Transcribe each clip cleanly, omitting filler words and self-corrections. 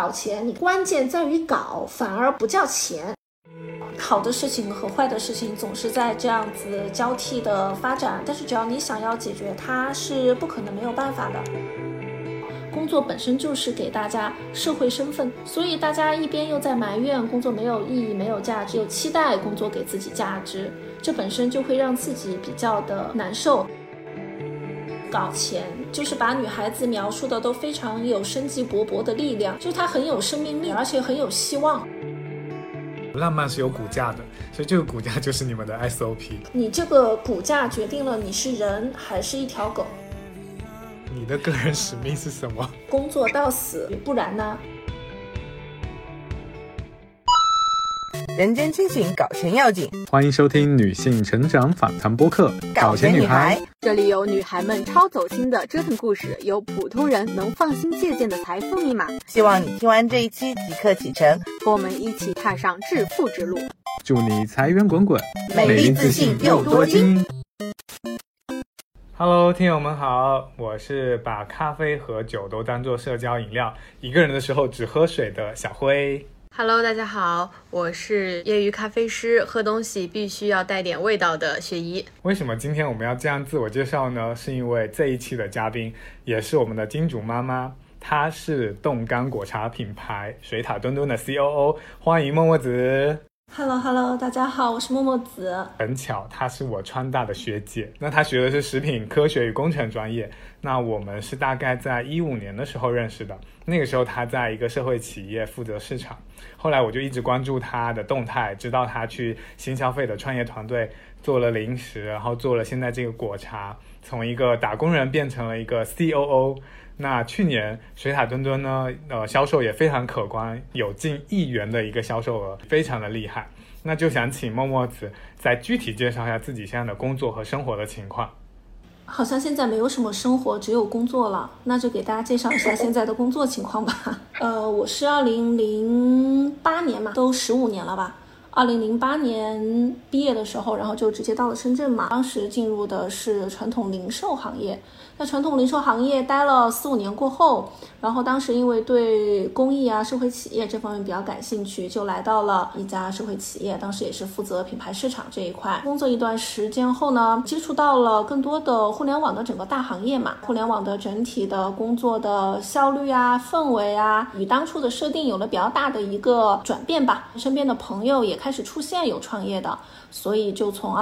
搞钱，你关键在于搞，反而不叫钱。好的事情和坏的事情总是在这样子交替的发展，但是只要你想要解决它，是不可能没有办法的。工作本身就是给大家社会身份，所以大家一边又在埋怨工作没有意义、没有价值，又期待工作给自己价值，这本身就会让自己比较的难受。搞钱就是把女孩子描述的都非常有生机勃勃的力量，就是她很有生命力，而且很有希望。 浪漫是有骨架的，所以这个骨架就是你们的 SOP。 你这个骨架决定了你是人还是一条狗。 你的个人使命是什么？ 工作到死，不然呢？ 人间清醒，搞钱要紧。 欢迎收听女性成长访谈播客《 搞钱女孩》， 这里有女孩们超走心的折腾故事，有普通人能放心借鉴的财富密码。 希望你听完这一期即刻启程， 和我们一起踏上致富之路。 祝你财源滚滚， 美丽自信又多金。 Hello， 听友们好，我是把咖啡和酒都当作社交饮料，一个人的时候只喝水的小辉。 Hello， 大家好，我是业余咖啡师，喝东西必须要带点味道的雪姨。 为什么今天我们要这样自我介绍呢？是因为这一期的嘉宾也是我们的金主妈妈，她是冻干果茶品牌水塔墩墩的 COO， 欢迎默默子。 Hello， 大家好，我是默默子。 很巧，她是我川大的学姐，那她学的是食品科学与工程专业，那我们是大概在15年的时候认识的，那个时候她在一个社会企业负责市场，后来我就一直关注她的动态，知道她去新消费的创业团队做了零食，然后做了现在这个果茶，从一个打工人变成了一个 COO。那去年水塔墩墩呢，销售也非常可观，有近1亿元的一个销售额，非常的厉害。那就想请默默子再具体介绍一下自己现在的工作和生活的情况。 好像现在没有什么生活，只有工作了，那就给大家介绍一下现在的工作情况吧。我是2008年嘛，都15年了吧。2008年毕业的时候，然后就直接到了深圳嘛。当时进入的是传统零售行业，在传统零售行业待了4-5年过后，然后当时因为对公益啊、社会企业这方面比较感兴趣，就来到了一家社会企业，当时也是负责品牌市场这一块。工作一段时间后呢，接触到了更多的互联网的整个大行业嘛，互联网的整体的工作的效率啊、氛围啊，与当初的设定有了比较大的一个转变吧。身边的朋友也开始出现有创业的，所以就从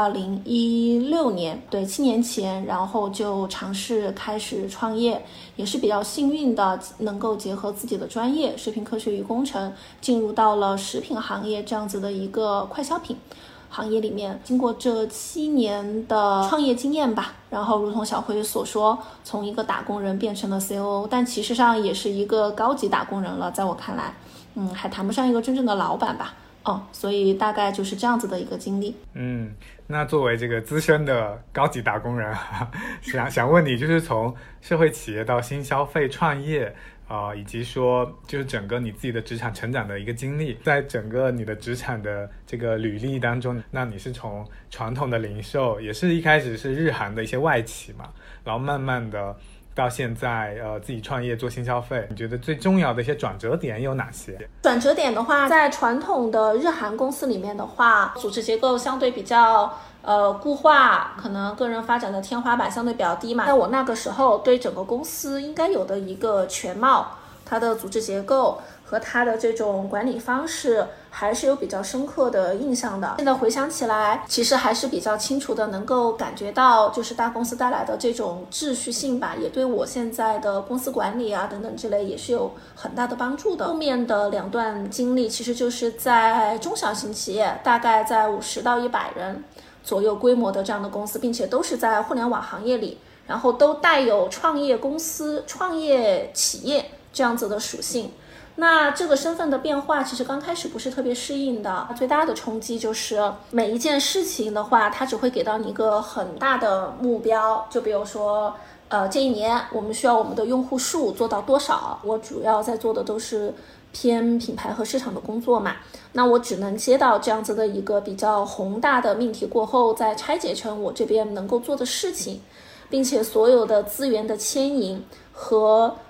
2016年，对，7年前，然后就尝试开始创业，也是比较幸运的，能够结合自己的专业食品科学与工程，进入到了食品行业这样子的一个快消品行业里面。经过这7年的创业经验吧，然后如同小辉所说，从一个打工人变成了 COO， 但其实上也是一个高级打工人了，在我看来，还谈不上一个真正的老板吧。所以大概就是这样子的一个经历。 那作为这个资深的高级打工人，想问你，就是从社会企业到新消费创业，以及说就是整个你自己的职场成长的一个经历，在整个你的职场的这个履历当中，那你是从传统的零售，也是一开始是日韩的一些外企嘛，然后慢慢的到现在自己创业做新消费，你觉得最重要的一些转折点有哪些？ 转折点的话，在传统的日韩公司里面的话，组织结构相对比较固化，可能个人发展的天花板相对比较低嘛。在我那个时候对整个公司应该有的一个全貌，它的组织结构和它的这种管理方式还是有比较深刻的印象的。现在回想起来，其实还是比较清楚的，能够感觉到就是大公司带来的这种秩序性吧，也对我现在的公司管理啊等等之类也是有很大的帮助的。后面的2段经历其实就是在中小型企业，大概在50到100人左右规模的这样的公司，并且都是在互联网行业里，然后都带有创业公司、创业企业这样子的属性。那这个身份的变化其实刚开始不是特别适应的，最大的冲击就是每一件事情的话，它只会给到你一个很大的目标，就比如说这一年我们需要我们的用户数做到多少，我主要在做的都是偏品牌和市场的工作嘛，那我只能接到这样子的一个比较宏大的命题过后，再拆解成我这边能够做的事情，并且所有的资源的牵引和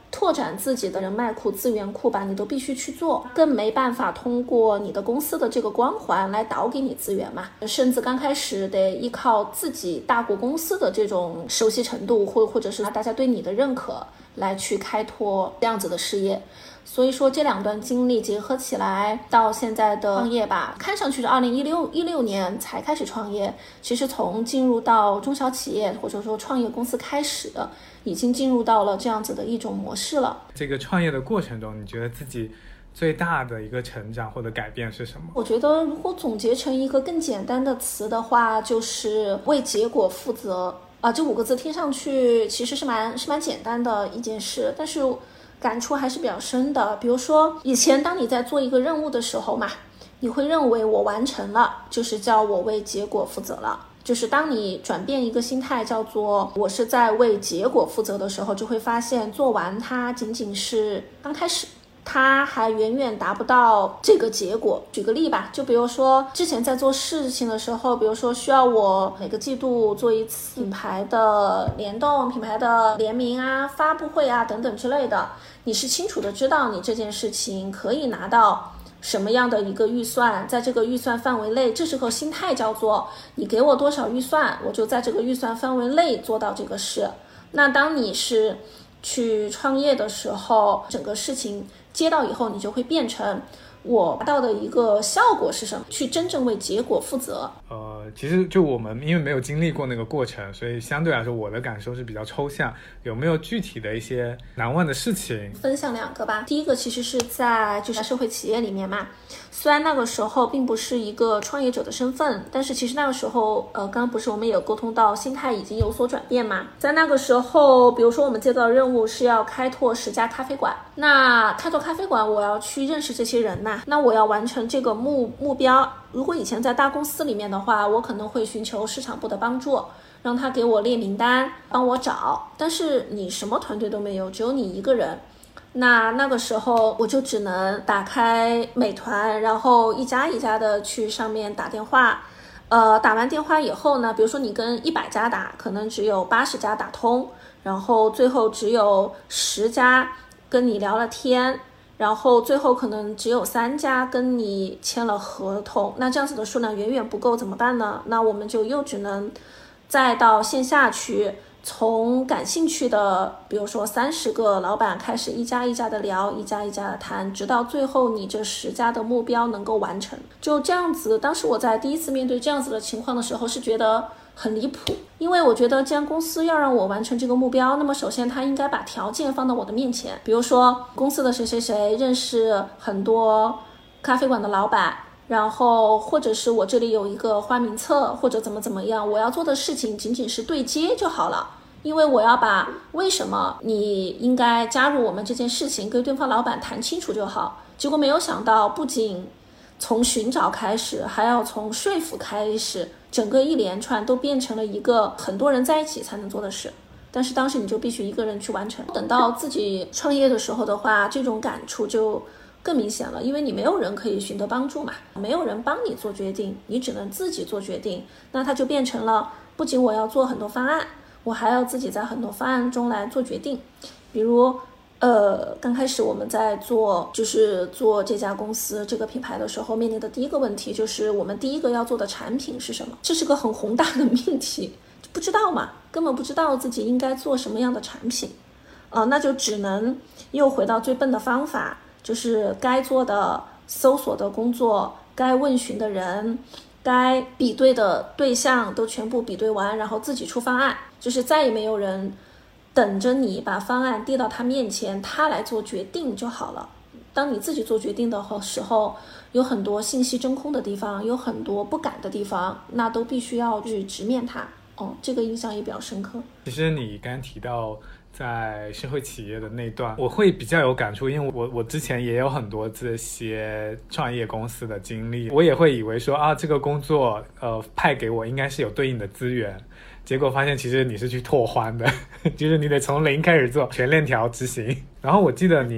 拓展自己的人脉库、资源库吧，你都必须去做，更没办法通过你的公司的这个光环来导给你资源嘛，甚至刚开始得依靠自己大过公司的这种熟悉程度，或者是大家对你的认可来去开拓这样子的事业。所以说这2段经历结合起来，到现在的创业吧，看上去是2016年才开始创业，其实从进入到中小企业或者说创业公司开始的，已经进入到了这样子的一种模式了。 这个创业的过程中，你觉得自己最大的一个成长或者改变是什么？ 我觉得如果总结成一个更简单的词的话，就是为结果负责这5个字听上去其实是蛮简单的一件事，但是感触还是比较深的。比如说以前当你在做一个任务的时候嘛，你会认为我完成了就是叫我为结果负责了，就是当你转变一个心态叫做我是在为结果负责的时候，就会发现做完它仅仅是刚开始，它还远远达不到这个结果。举个例吧，就比如说之前在做事情的时候，比如说需要我每个季度做一次品牌的联动、品牌的联名啊、发布会啊等等之类的，你是清楚的知道你这件事情可以拿到什么样的一个预算，在这个预算范围内，这时候心态叫做你给我多少预算，我就在这个预算范围内做到这个事。那当你是去创业的时候，整个事情接到以后，你就会变成我达到的一个效果是什么，去真正为结果负责。 其实就我们因为没有经历过那个过程，所以相对来说我的感受是比较抽象。有没有具体的一些难忘的事情？ 分享2个吧。第一个其实是在社会企业里面嘛，虽然那个时候并不是一个创业者的身份，但是其实那个时候刚刚不是我们也有沟通到心态已经有所转变嘛。在那个时候，比如说我们接到的任务是要开拓10家咖啡馆，那开拓咖啡馆我要去认识这些人呐，那我要完成这个目标。如果以前在大公司里面的话，我可能会寻求市场部的帮助，让他给我列名单，帮我找。但是你什么团队都没有，只有你一个人，那个时候我就只能打开美团，然后一家一家的去上面打电话。打完电话以后呢，比如说你跟100家打，可能只有80家打通，然后最后只有10家跟你聊了天，然后最后可能只有3家跟你签了合同。那这样子的数量远远不够怎么办呢？那我们就又只能再到线下去，从感兴趣的比如说30个老板开始一家一家的聊，一家一家的谈，直到最后你这10家的目标能够完成。就这样子，当时我在第一次面对这样子的情况的时候是觉得很离谱，因为我觉得既然公司要让我完成这个目标，那么首先他应该把条件放到我的面前，比如说公司的谁谁谁认识很多咖啡馆的老板，然后或者是我这里有一个花名册，或者怎么样，我要做的事情仅仅是对接就好了。因为我要把为什么你应该加入我们这件事情跟对方老板谈清楚就好。结果没有想到，不仅从寻找开始，还要从说服开始，整个一连串都变成了一个很多人在一起才能做的事。但是当时你就必须一个人去完成。等到自己创业的时候的话，这种感触就更明显了，因为你没有人可以寻得帮助嘛，没有人帮你做决定，你只能自己做决定。那它就变成了，不仅我要做很多方案，我还要自己在很多方案中来做决定。比如刚开始我们在做这家公司这个品牌的时候，面临的第一个问题就是我们第一个要做的产品是什么，这是个很宏大的命题，不知道嘛，根本不知道自己应该做什么样的产品。那就只能又回到最笨的方法，就是该做的搜索的工作，该问询的人，该比对的对象都全部比对完，然后自己出方案，就是再也没有人等着你把方案递到他面前，他来做决定就好了。当你自己做决定的时候，有很多信息真空的地方，有很多不敢的地方，那都必须要去直面它。这个印象也比较深刻。 其实你刚提到在社会企业的那段，我会比较有感触，因为我之前也有很多这些创业公司的经历，我也会以为说这个工作派给我应该是有对应的资源，结果发现其实你是去拓欢的，就是你得从零开始做，全链条执行。然后我记得你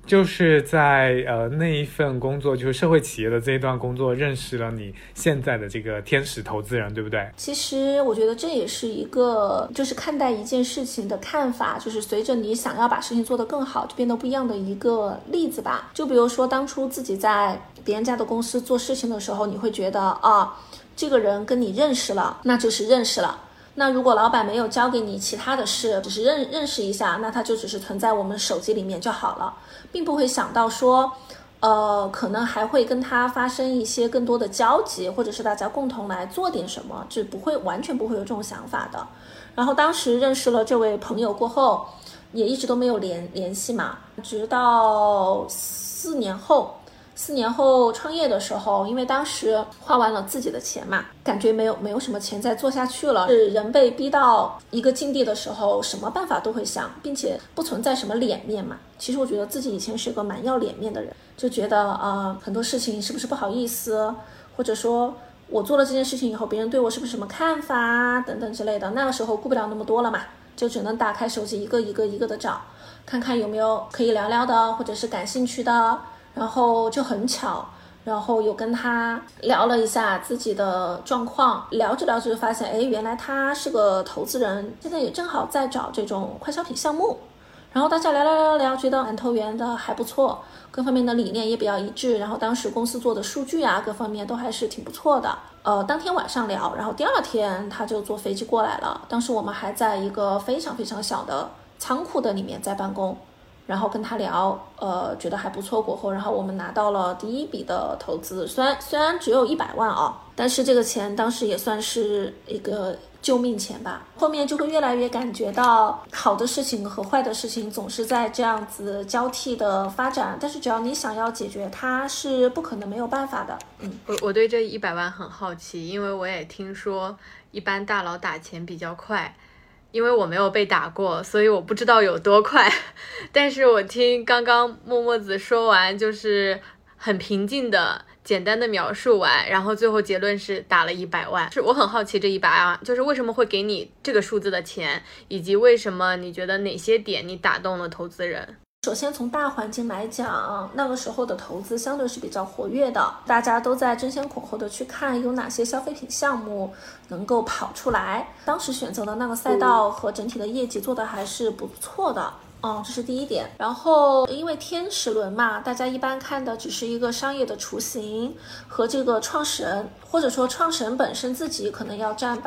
就是在那一份工作，就是社会企业的这一段工作，认识了你现在的这个天使投资人，对不对？ 其实我觉得这也是一个就是看待一件事情的看法，就是随着你想要把事情做得更好，就变得不一样的一个例子吧。就比如说当初自己在别人家的公司做事情的时候，你会觉得啊，这个人跟你认识了，那就是认识了。那如果老板没有交给你其他的事，只是认识一下，那他就只是存在我们手机里面就好了，并不会想到说可能还会跟他发生一些更多的交集，或者是大家共同来做点什么，这不会完全不会有这种想法的。然后当时认识了这位朋友过后，也一直都没有联系嘛，直到4年后创业的时候，因为当时花完了自己的钱嘛，感觉没有什么钱再做下去了。是人被逼到一个境地的时候，什么办法都会想，并且不存在什么脸面嘛。其实我觉得自己以前是个蛮要脸面的人，就觉得很多事情是不是不好意思，或者说我做了这件事情以后，别人对我是不是什么看法等等之类的。那个时候顾不了那么多了嘛，就只能打开手机一个一个的找，看看有没有可以聊聊的，或者是感兴趣的。然后就很巧，然后有跟他聊了一下自己的状况，聊着聊着就发现，哎，原来他是个投资人，现在也正好在找这种快消品项目。然后大家聊，觉得蛮投缘的，还不错，各方面的理念也比较一致。然后当时公司做的数据啊，各方面都还是挺不错的。当天晚上聊，然后第二天他就坐飞机过来了。当时我们还在一个非常非常小的仓库的里面在办公。然后跟他聊，觉得还不错过后，然后我们拿到了第一笔的投资，虽然只有100万啊，但是这个钱当时也算是一个救命钱吧。后面就会越来越感觉到好的事情和坏的事情总是在这样子交替的发展，但是只要你想要解决它，是不可能没有办法的。 我对这100万很好奇，因为我也听说一般大佬打钱比较快。因为我没有被打过，所以我不知道有多快。但是我听刚刚默默子说完，就是很平静的、简单的描述完，然后最后结论是打了100万。是我很好奇这100万，就是为什么会给你这个数字的钱，以及为什么你觉得哪些点你打动了投资人？ 首先从大环境来讲，那个时候的投资相对是比较活跃的，大家都在争先恐后的去看有哪些消费品项目能够跑出来。当时选择的那个赛道和整体的业绩做的还是不错的。这是第一点。然后因为天使轮嘛，大家一般看的只是一个商业的雏形和这个创始人，或者说创始人本身自己可能要占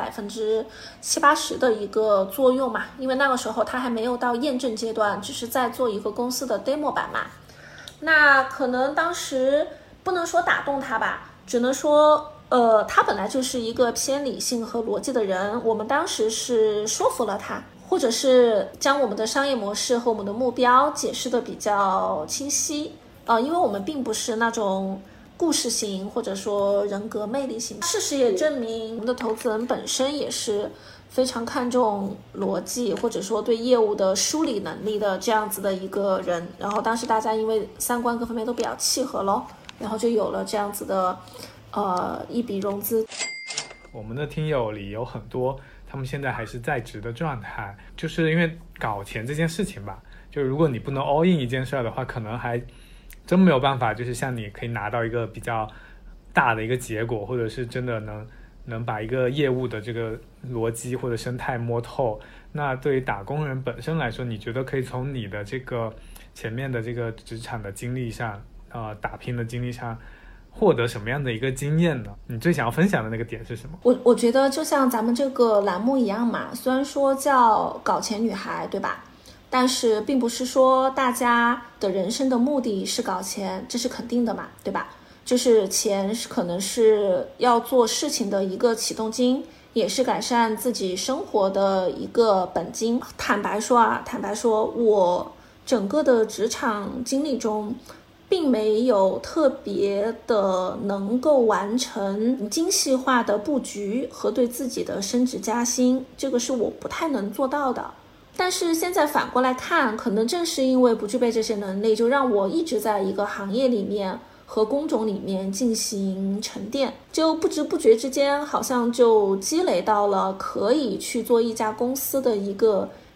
70-80%的一个作用嘛，因为那个时候他还没有到验证阶段，只是在做一个公司的 demo 版嘛。那可能当时不能说打动他吧，只能说他本来就是一个偏理性和逻辑的人，我们当时是说服了他，或者是将我们的商业模式和我们的目标解释的比较清晰。因为我们并不是那种故事型或者说人格魅力型。事实也证明，我们的投资人本身也是非常看重逻辑或者说对业务的梳理能力的这样子的一个人。然后当时大家因为三观各方面都比较契合咯，然后就有了这样子的一笔融资。 我们的听友里有很多他们现在还是在职的状态，就是因为搞钱这件事情吧，就如果你不能 all in 一件事的话，可能还真没有办法，就是像你可以拿到一个比较大的一个结果，或者是真的能把一个业务的这个逻辑或者生态摸透。那对于打工人本身来说，你觉得可以从你的这个前面的这个职场的经历上，打拼的经历上获得什么样的一个经验呢？你最想要分享的那个点是什么？ 我觉得就像咱们这个栏目一样嘛，虽然说叫搞钱女孩，对吧？但是并不是说大家的人生的目的是搞钱，这是肯定的嘛，对吧？就是钱可能是要做事情的一个启动金，也是改善自己生活的一个本金。坦白说，我整个的职场经历中并没有特别的能够完成精细化的布局和对自己的升职加薪，这个是我不太能做到的。但是现在反过来看，可能正是因为不具备这些能力，就让我一直在一个行业里面和工种里面进行沉淀，就不知不觉之间好像就积累到了可以去做一家公司的一个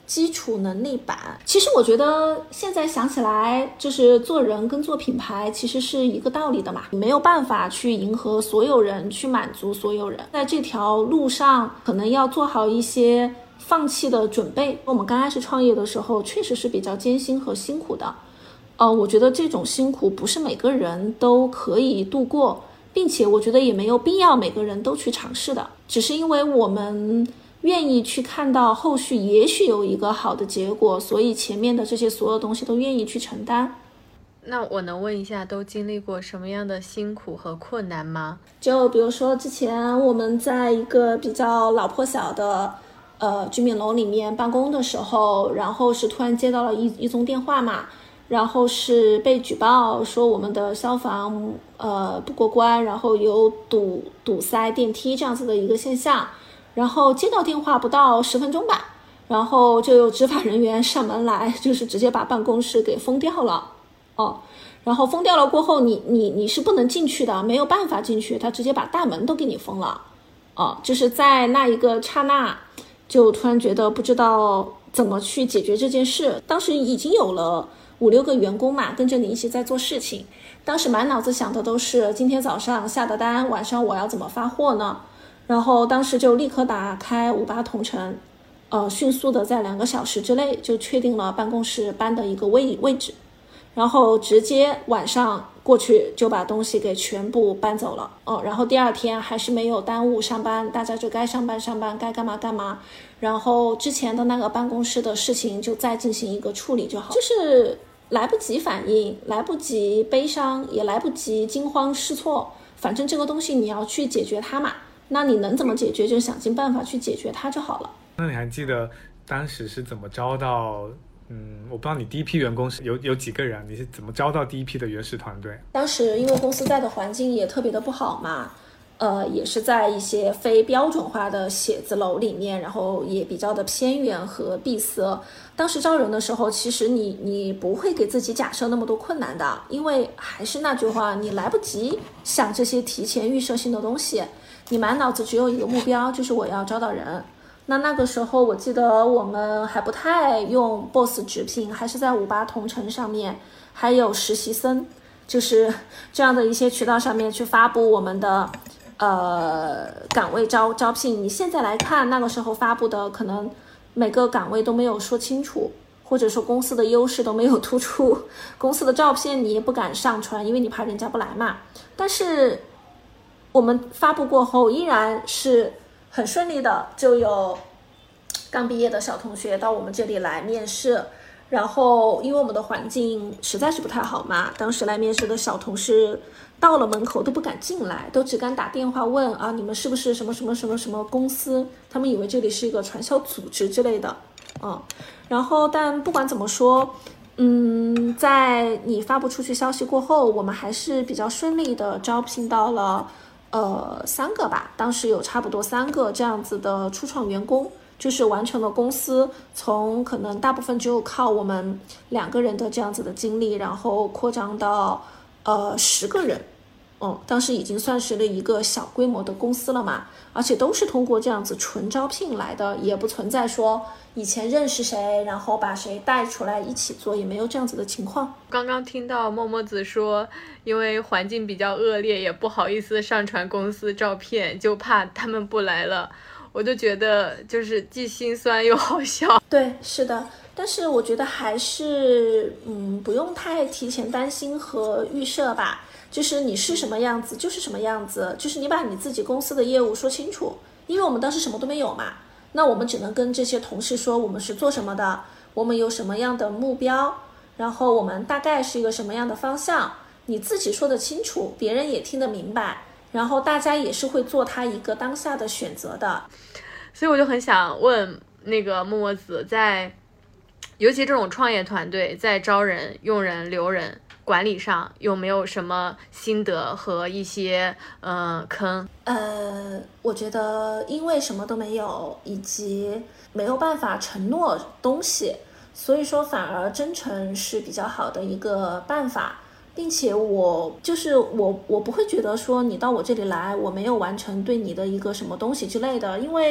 基础能力板。其实我觉得现在想起来，就是做人跟做品牌其实是一个道理的嘛，你没有办法去迎合所有人，去满足所有人，在这条路上可能要做好一些放弃的准备。我们刚开始创业的时候确实是比较艰辛和辛苦的，我觉得这种辛苦不是每个人都可以度过，并且我觉得也没有必要每个人都去尝试的，只是因为我们愿意去看到后续也许有一个好的结果，所以前面的这些所有东西都愿意去承担。 那我能问一下，都经历过什么样的辛苦和困难吗？ 就比如说之前我们在一个比较老破小的居民楼里面办公的时候，然后是突然接到了一通电话嘛，然后是被举报说我们的消防不过关，然后有堵塞电梯这样子的一个现象。然后接到电话不到10分钟吧，然后就有执法人员上门来，就是直接把办公室给封掉了。然后封掉了过后，你是不能进去的，没有办法进去，他直接把大门都给你封了。就是在那一个刹那，就突然觉得不知道怎么去解决这件事。当时已经有了5-6个员工嘛，跟着你一起在做事情。当时满脑子想的都是今天早上下的单，晚上我要怎么发货呢？然后当时就立刻打开58同城，迅速的在2个小时之内就确定了办公室搬的一个位置，然后直接晚上过去就把东西给全部搬走了。然后第二天还是没有耽误上班，大家就该上班，该干嘛干嘛。然后之前的那个办公室的事情就再进行一个处理就好，就是来不及反应，来不及悲伤，也来不及惊慌失措，反正这个东西你要去解决它嘛。那你能怎么解决就想尽办法去解决它就好了。 那你还记得当时是怎么招到我不知道你第一批员工是有几个人，你是怎么招到第一批的原始团队？ 当时因为公司在的环境也特别的不好嘛，也是在一些非标准化的写字楼里面，然后也比较的偏远和闭塞。当时招人的时候，其实你不会给自己假设那么多困难的，因为还是那句话，你来不及想这些提前预设性的东西，你满脑子只有一个目标，就是我要招到人。那个时候我记得我们还不太用 Boss 直聘，还是在58同城上面，还有实习生，就是这样的一些渠道上面去发布我们的岗位招聘。你现在来看那个时候发布的，可能每个岗位都没有说清楚，或者说公司的优势都没有突出，公司的照片你也不敢上传，因为你怕人家不来嘛。但是我们发布过后依然是很顺利的，就有刚毕业的小同学到我们这里来面试。然后因为我们的环境实在是不太好嘛，当时来面试的小同事到了门口都不敢进来，都只敢打电话问你们是不是什么什么什么什么公司，他们以为这里是一个传销组织之类的。然后但不管怎么说，在你发布出去消息过后，我们还是比较顺利的招聘到了3个吧，当时有差不多3个这样子的初创员工，就是完成了公司从可能大部分只有靠我们2个人的这样子的经历，然后扩张到10个人。当时已经算是了一个小规模的公司了嘛，而且都是通过这样子纯招聘来的，也不存在说以前认识谁然后把谁带出来一起做，也没有这样子的情况。 刚刚听到默默子说因为环境比较恶劣，也不好意思上传公司照片，就怕他们不来了，我就觉得就是既心酸又好笑。 对，是的，但是我觉得还是不用太提前担心和预设吧，就是你是什么样子就是什么样子，就是你把你自己公司的业务说清楚。因为我们当时什么都没有嘛，那我们只能跟这些同事说我们是做什么的，我们有什么样的目标，然后我们大概是一个什么样的方向，你自己说得清楚，别人也听得明白，然后大家也是会做他一个当下的选择的。 所以我就很想问那个默默子，在尤其这种创业团队在招人、用人、留人管理上有没有什么心得和一些坑？ 我觉得因为什么都没有，以及没有办法承诺东西，所以说反而真诚是比较好的一个办法。并且我不会觉得说你到我这里来我没有完成对你的一个什么东西之类的，因为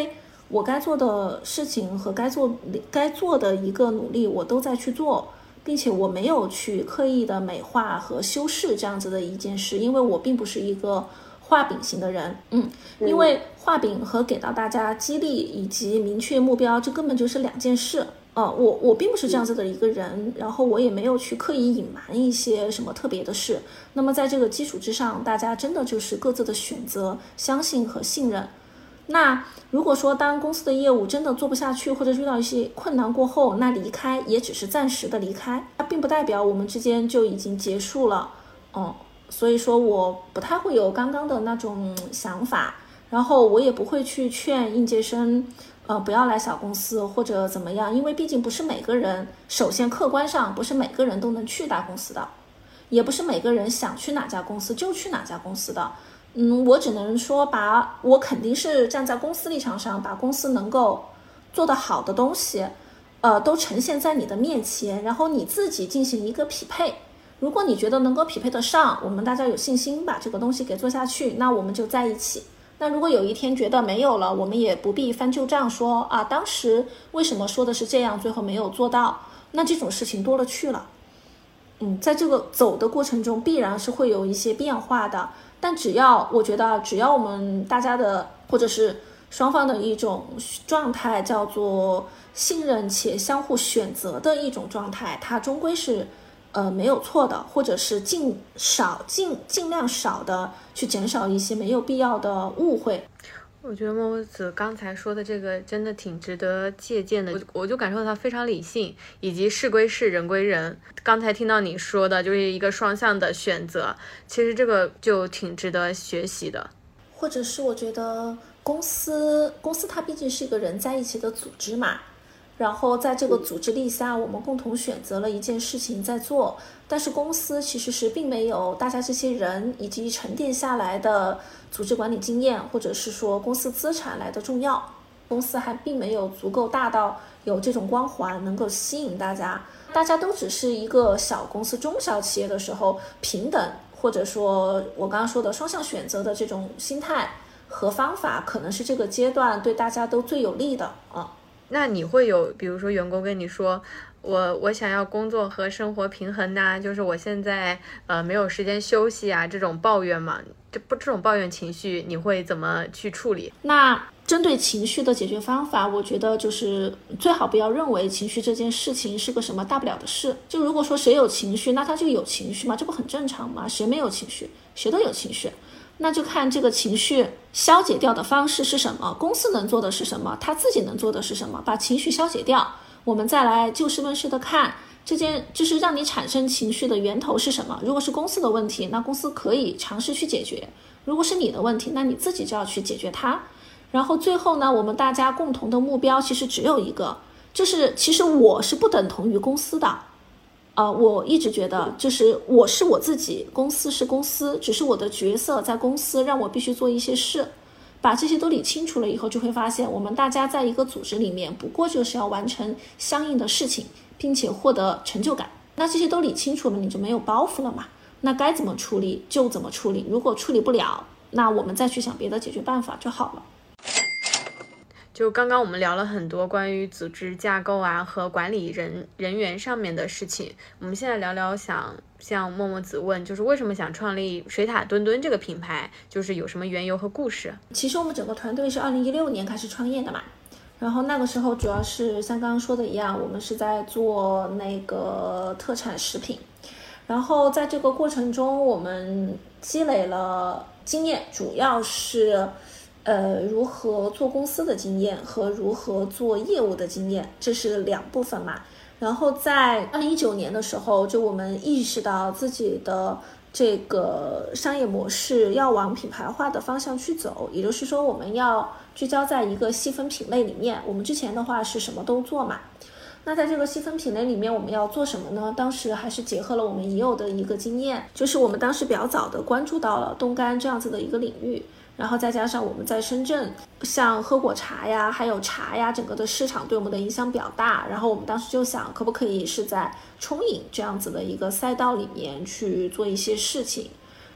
我该做的事情和该做的一个努力我都在去做，并且我没有去刻意的美化和修饰这样子的一件事，因为我并不是一个画饼型的人。因为画饼和给到大家激励以及明确目标，这根本就是两件事。我并不是这样子的一个人，然后我也没有去刻意隐瞒一些什么特别的事。那么在这个基础之上，大家真的就是各自的选择、相信和信任。那如果说当公司的业务真的做不下去，或者遇到一些困难过后，那离开也只是暂时的离开，它并不代表我们之间就已经结束了。所以说我不太会有刚刚的那种想法，然后我也不会去劝应届生不要来小公司或者怎么样，因为毕竟不是每个人，首先客观上不是每个人都能去大公司的，也不是每个人想去哪家公司就去哪家公司的。我只能说我肯定是站在公司立场上，把公司能够做得好的东西都呈现在你的面前，然后你自己进行一个匹配。如果你觉得能够匹配得上，我们大家有信心把这个东西给做下去，那我们就在一起。那如果有一天觉得没有了，我们也不必翻旧账说当时为什么说的是这样，最后没有做到，那这种事情多了去了。在这个走的过程中必然是会有一些变化的，但我觉得只要我们大家的或者是双方的一种状态叫做信任且相互选择的一种状态，它终归是没有错的，或者是尽量少的去减少一些没有必要的误会。 我觉得默默子刚才说的这个真的挺值得借鉴的，我就感受到他非常理性，以及事归事，人归人。刚才听到你说的就是一个双向的选择，其实这个就挺值得学习的。 或者是我觉得公司它毕竟是一个人在一起的组织嘛，然后在这个组织力下，我们共同选择了一件事情在做，但是公司其实是并没有大家这些人以及沉淀下来的组织管理经验，或者是说公司资产来的重要。公司还并没有足够大到有这种光环能够吸引大家，大家都只是一个小公司、中小企业的时候，平等或者说我刚刚说的双向选择的这种心态和方法，可能是这个阶段对大家都最有利的那你会有比如说员工跟你说我想要工作和生活平衡呐，就是我现在没有时间休息啊，这种抱怨嘛，这种抱怨情绪你会怎么去处理？ 那针对情绪的解决方法，我觉得就是最好不要认为情绪这件事情是个什么大不了的事。就如果说谁有情绪，那他就有情绪嘛，这不很正常吗？谁没有情绪？谁都有情绪。那就看这个情绪消解掉的方式是什么，公司能做的是什么，他自己能做的是什么，把情绪消解掉，我们再来就事论事的看就是让你产生情绪的源头是什么。如果是公司的问题，那公司可以尝试去解决；如果是你的问题，那你自己就要去解决它。然后最后呢，我们大家共同的目标其实只有一个，就是其实我是不等同于公司的。我一直觉得就是我是我自己，公司是公司，只是我的角色在公司让我必须做一些事。把这些都理清楚了以后，就会发现我们大家在一个组织里面不过就是要完成相应的事情，并且获得成就感。那这些都理清楚了，你就没有包袱了嘛，那该怎么处理就怎么处理，如果处理不了，那我们再去想别的解决办法就好了。 就刚刚我们聊了很多关于组织架构啊和管理人员上面的事情，我们现在聊聊想向默默子问，就是为什么想创立水塔墩墩这个品牌，就是有什么缘由和故事？ 其实我们整个团队是2016年开始创业的嘛，然后那个时候主要是像刚刚说的一样，我们是在做那个特产食品，然后在这个过程中我们积累了经验，主要是如何做公司的经验和如何做业务的经验，这是两部分嘛。然后在2019年的时候，就我们意识到自己的这个商业模式要往品牌化的方向去走，也就是说我们要聚焦在一个细分品类里面。我们之前的话是什么都做嘛，那在这个细分品类里面我们要做什么呢？当时还是结合了我们已有的一个经验，就是我们当时比较早的关注到了冻干这样子的一个领域，然后再加上我们在深圳像喝果茶呀还有茶呀，整个的市场对我们的影响比较大，然后我们当时就想可不可以是在冲饮这样子的一个赛道里面去做一些事情。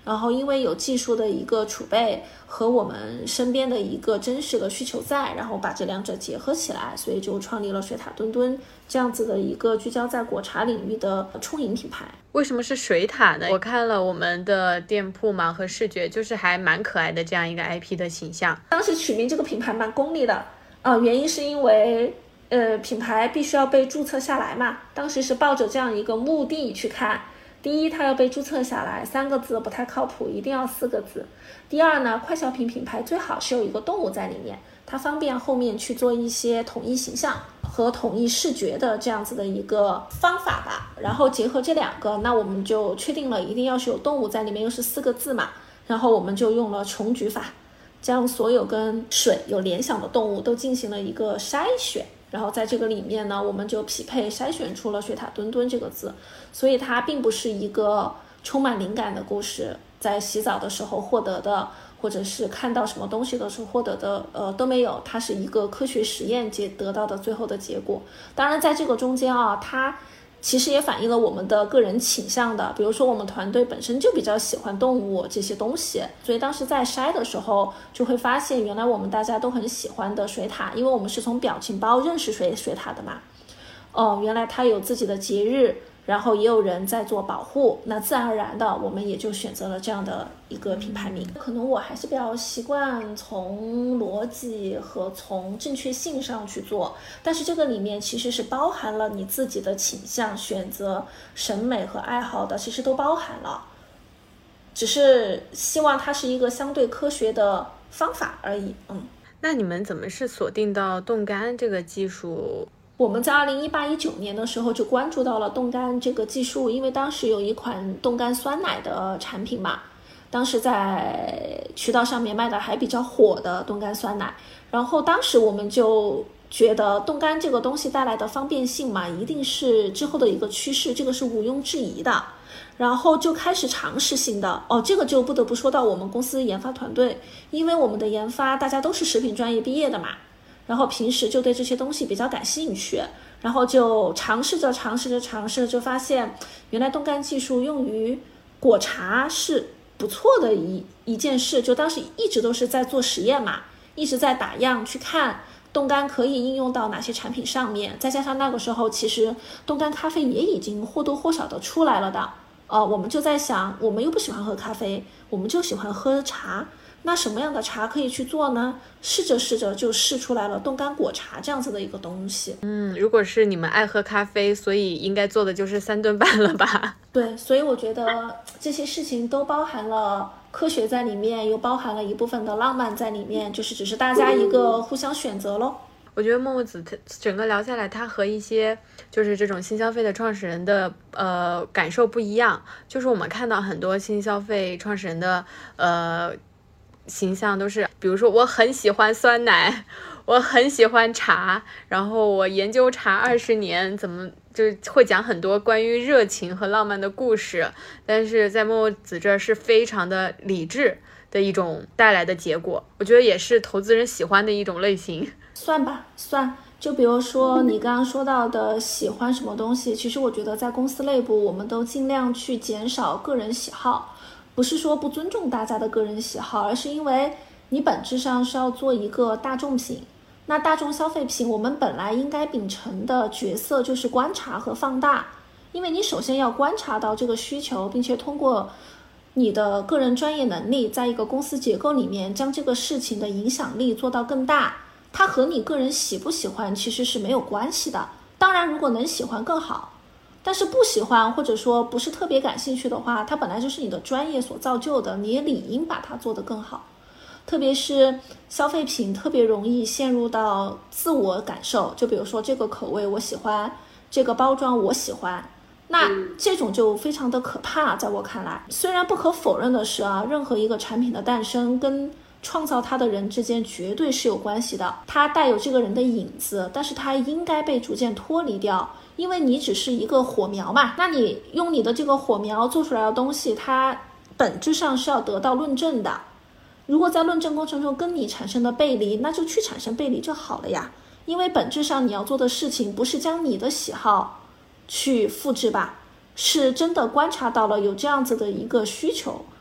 然后因为有技术的一个储备和我们身边的一个真实的需求在，然后把这两者结合起来，所以就创立了水塔墩墩这样子的一个聚焦在果茶领域的冲饮品牌。 为什么是水塔呢？我看了我们的店铺嘛和视觉，就是还蛮可爱的这样一个 IP 的形象。 当时取名这个品牌蛮功利的原因是因为品牌必须要被注册下来嘛，当时是抱着这样一个目的去看。第一，它要被注册下来，3个字不太靠谱，一定要4个字。第二呢，快消品品牌最好是有一个动物在里面，它方便后面去做一些统一形象和统一视觉的这样子的一个方法吧。然后结合这2个，那我们就确定了一定要是有动物在里面，又是4个字嘛，然后我们就用了穷举法，将所有跟水有联想的动物都进行了一个筛选，然后在这个里面呢，我们就匹配筛选出了水塔墩墩这个字。所以它并不是一个充满灵感的故事，在洗澡的时候获得的，或者是看到什么东西的时候获得的都没有，它是一个科学实验得到的最后的结果。当然在这个中间它其实也反映了我们的个人倾向的，比如说我们团队本身就比较喜欢动物这些东西，所以当时在筛的时候就会发现，原来我们大家都很喜欢的水塔，因为我们是从表情包认识水塔的嘛。原来它有自己的节日，然后也有人在做保护，那自然而然的我们也就选择了这样的一个品牌名。可能我还是比较习惯从逻辑和从正确性上去做，但是这个里面其实是包含了你自己的倾向、选择、审美和爱好的，其实都包含了，只是希望它是一个相对科学的方法而已。 那你们怎么是锁定到冻干这个技术？ 我们在2018-19年的时候就关注到了冻干这个技术，因为当时有一款冻干酸奶的产品嘛，当时在渠道上面卖的还比较火的冻干酸奶，然后当时我们就觉得冻干这个东西带来的方便性嘛，一定是之后的一个趋势，这个是毋庸置疑的。然后就开始尝试性的这个就不得不说到我们公司研发团队，因为我们的研发大家都是食品专业毕业的嘛，然后平时就对这些东西比较感兴趣，然后就尝试着就发现原来冻干技术用于果茶是不错的一件事。就当时一直都是在做实验嘛，一直在打样去看冻干可以应用到哪些产品上面，再加上那个时候其实冻干咖啡也已经或多或少的出来了的。我们就在想，我们又不喜欢喝咖啡，我们就喜欢喝茶，那什么样的茶可以去做呢？试着就试出来了冻干果茶这样子的一个东西。 如果是你们爱喝咖啡，所以应该做的就是3顿半了吧？ 对，所以我觉得这些事情都包含了科学在里面，又包含了一部分的浪漫在里面，就是只是大家一个互相选择咯。 我觉得默默子整个聊下来，他和一些就是这种新消费的创始人的感受不一样。就是我们看到很多新消费创始人的形象都是，比如说我很喜欢酸奶，我很喜欢茶，然后我研究茶20年，怎么就会讲很多关于热情和浪漫的故事。但是在默默子这是非常的理智的一种带来的结果，我觉得也是投资人喜欢的一种类型。 算吧，算。就比如说你刚刚说到的喜欢什么东西，其实我觉得在公司内部我们都尽量去减少个人喜好，不是说不尊重大家的个人喜好，而是因为你本质上是要做一个大众品。那大众消费品我们本来应该秉承的角色就是观察和放大，因为你首先要观察到这个需求，并且通过你的个人专业能力在一个公司结构里面将这个事情的影响力做到更大。它和你个人喜不喜欢其实是没有关系的，当然如果能喜欢更好，但是不喜欢或者说不是特别感兴趣的话，它本来就是你的专业所造就的，你也理应把它做得更好。特别是消费品特别容易陷入到自我感受，就比如说这个口味我喜欢，这个包装我喜欢，那这种就非常的可怕。在我看来，虽然不可否认的是任何一个产品的诞生跟创造它的人之间绝对是有关系的，它带有这个人的影子，但是它应该被逐渐脱离掉，因为你只是一个火苗嘛，那你用你的这个火苗做出来的东西，它本质上是要得到论证的。如果在论证过程中跟你产生的背离，那就去产生背离就好了呀，因为本质上你要做的事情不是将你的喜好去复制吧，是真的观察到了有这样子的一个需求，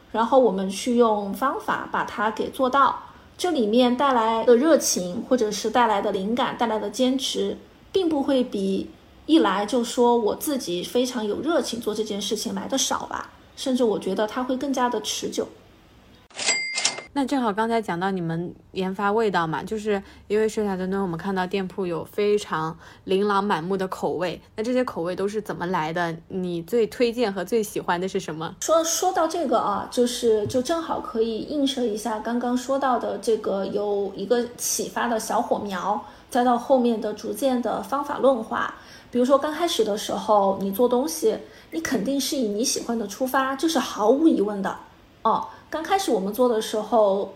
然后我们去用方法把它给做到。这里面带来的热情，或者是带来的灵感，带来的坚持，并不会比一来就说我自己非常有热情做这件事情来的少吧，甚至我觉得它会更加的持久。 那正好刚才讲到你们研发味道嘛，就是因为水塔墩墩我们看到店铺有非常琳琅满目的口味，那这些口味都是怎么来的？你最推荐和最喜欢的是什么？ 说到这个啊，就正好可以映射一下刚刚说到的这个有一个启发的小火苗，再到后面的逐渐的方法论化。比如说刚开始的时候你做东西，你肯定是以你喜欢的出发，这是毫无疑问的哦。刚开始我们做的时候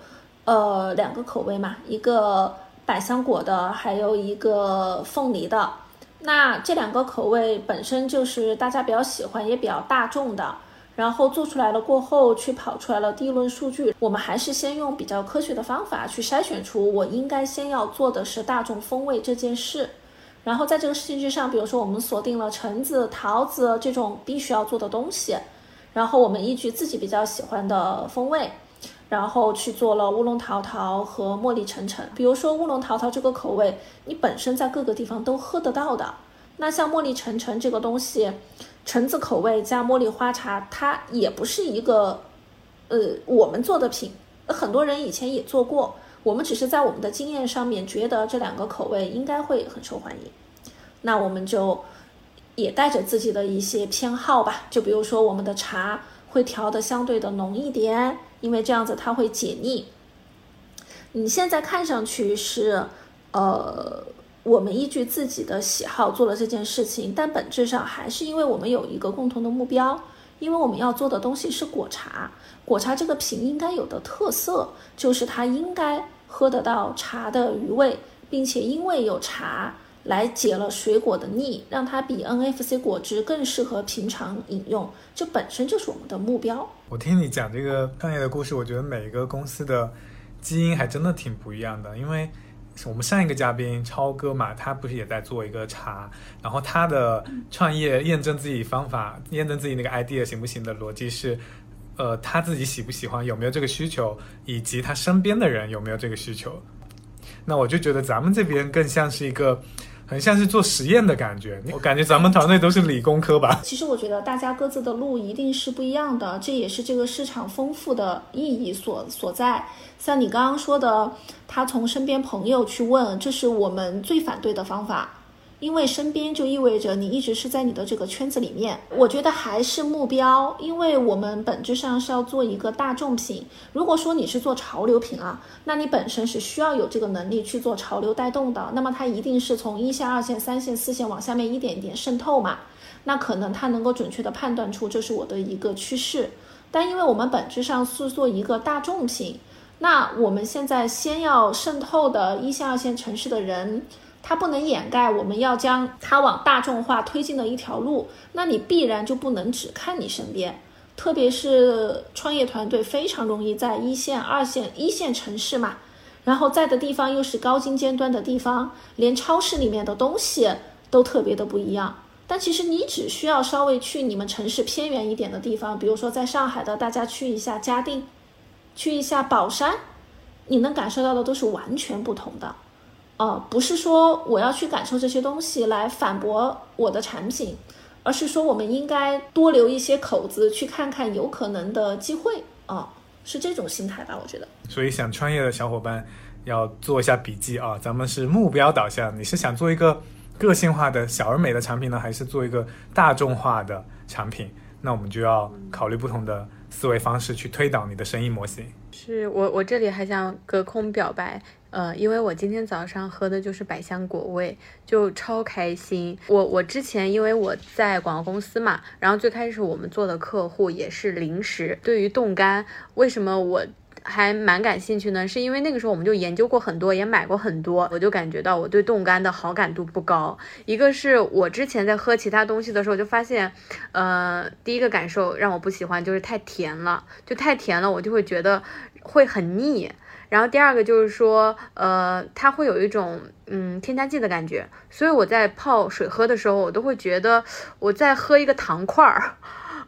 2个口味嘛，一个百香果的，还有一个凤梨的。那这2个口味本身就是大家比较喜欢也比较大众的，然后做出来了过后去跑出来了第一轮数据，我们还是先用比较科学的方法去筛选出我应该先要做的是大众风味这件事。然后在这个事情之上，比如说我们锁定了橙子、桃子这种必须要做的东西，然后我们依据自己比较喜欢的风味，然后去做了乌龙桃桃和茉莉橙橙。比如说乌龙桃桃这个口味你本身在各个地方都喝得到的，那像茉莉橙橙这个东西，橙子口味加茉莉花茶，它也不是一个我们做的品，很多人以前也做过，我们只是在我们的经验上面觉得这2个口味应该会很受欢迎，那我们就也带着自己的一些偏好吧，就比如说我们的茶会调的相对的浓一点，因为这样子它会解腻。你现在看上去是我们依据自己的喜好做了这件事情，但本质上还是因为我们有一个共同的目标，因为我们要做的东西是果茶。果茶这个品应该有的特色就是它应该喝得到茶的余味，并且因为有茶来解了水果的腻，让它比 NFC 果汁更适合平常饮用，这本身就是我们的目标。 我听你讲这个创业的故事，我觉得每一个公司的基因还真的挺不一样的。因为我们上一个嘉宾超哥嘛，他不是也在做一个茶，然后他的创业验证自己方法，验证自己那个 idea 行不行的逻辑是他自己喜不喜欢，有没有这个需求，以及他身边的人有没有这个需求。那我就觉得咱们这边更像是一个很像是做实验的感觉，我感觉咱们团队都是理工科吧。 其实我觉得大家各自的路一定是不一样的，这也是这个市场丰富的意义所在。像你刚刚说的，他从身边朋友去问，这是我们最反对的方法，因为身边就意味着你一直是在你的这个圈子里面。我觉得还是目标，因为我们本质上是要做一个大众品。如果说你是做潮流品啊，那你本身是需要有这个能力去做潮流带动的，那么它一定是从1线、2线、3线、4线往下面一点一点渗透嘛，那可能它能够准确的判断出这是我的一个趋势。但因为我们本质上是做一个大众品，那我们现在先要渗透的1线、2线城市的人，它不能掩盖我们要将它往大众化推进的一条路，那你必然就不能只看你身边，特别是创业团队非常容易在1线、2线、1线城市嘛，然后在的地方又是高精尖端的地方，连超市里面的东西都特别的不一样。但其实你只需要稍微去你们城市偏远一点的地方，比如说在上海的大家去一下嘉定，去一下宝山，你能感受到的都是完全不同的。不是说我要去感受这些东西来反驳我的产品，而是说我们应该多留一些口子去看看有可能的机会是这种心态吧，我觉得。 所以想创业的小伙伴要做一下笔记啊，咱们是目标导向，你是想做一个个性化的小而美的产品呢，还是做一个大众化的产品？那我们就要考虑不同的思维方式去推导你的生意模型。 是我这里还想隔空表白，因为我今天早上喝的就是百香果味，就超开心。我之前因为我在广告公司嘛，然后最开始我们做的客户也是零食。对于冻干，为什么我还蛮感兴趣呢？是因为那个时候我们就研究过很多，也买过很多，我就感觉到我对冻干的好感度不高。一个是我之前在喝其他东西的时候就发现，第一个感受让我不喜欢就是太甜了，我就会觉得会很腻。然后第二个就是说，它会有一种添加剂的感觉，所以我在泡水喝的时候，我都会觉得我在喝一个糖块儿。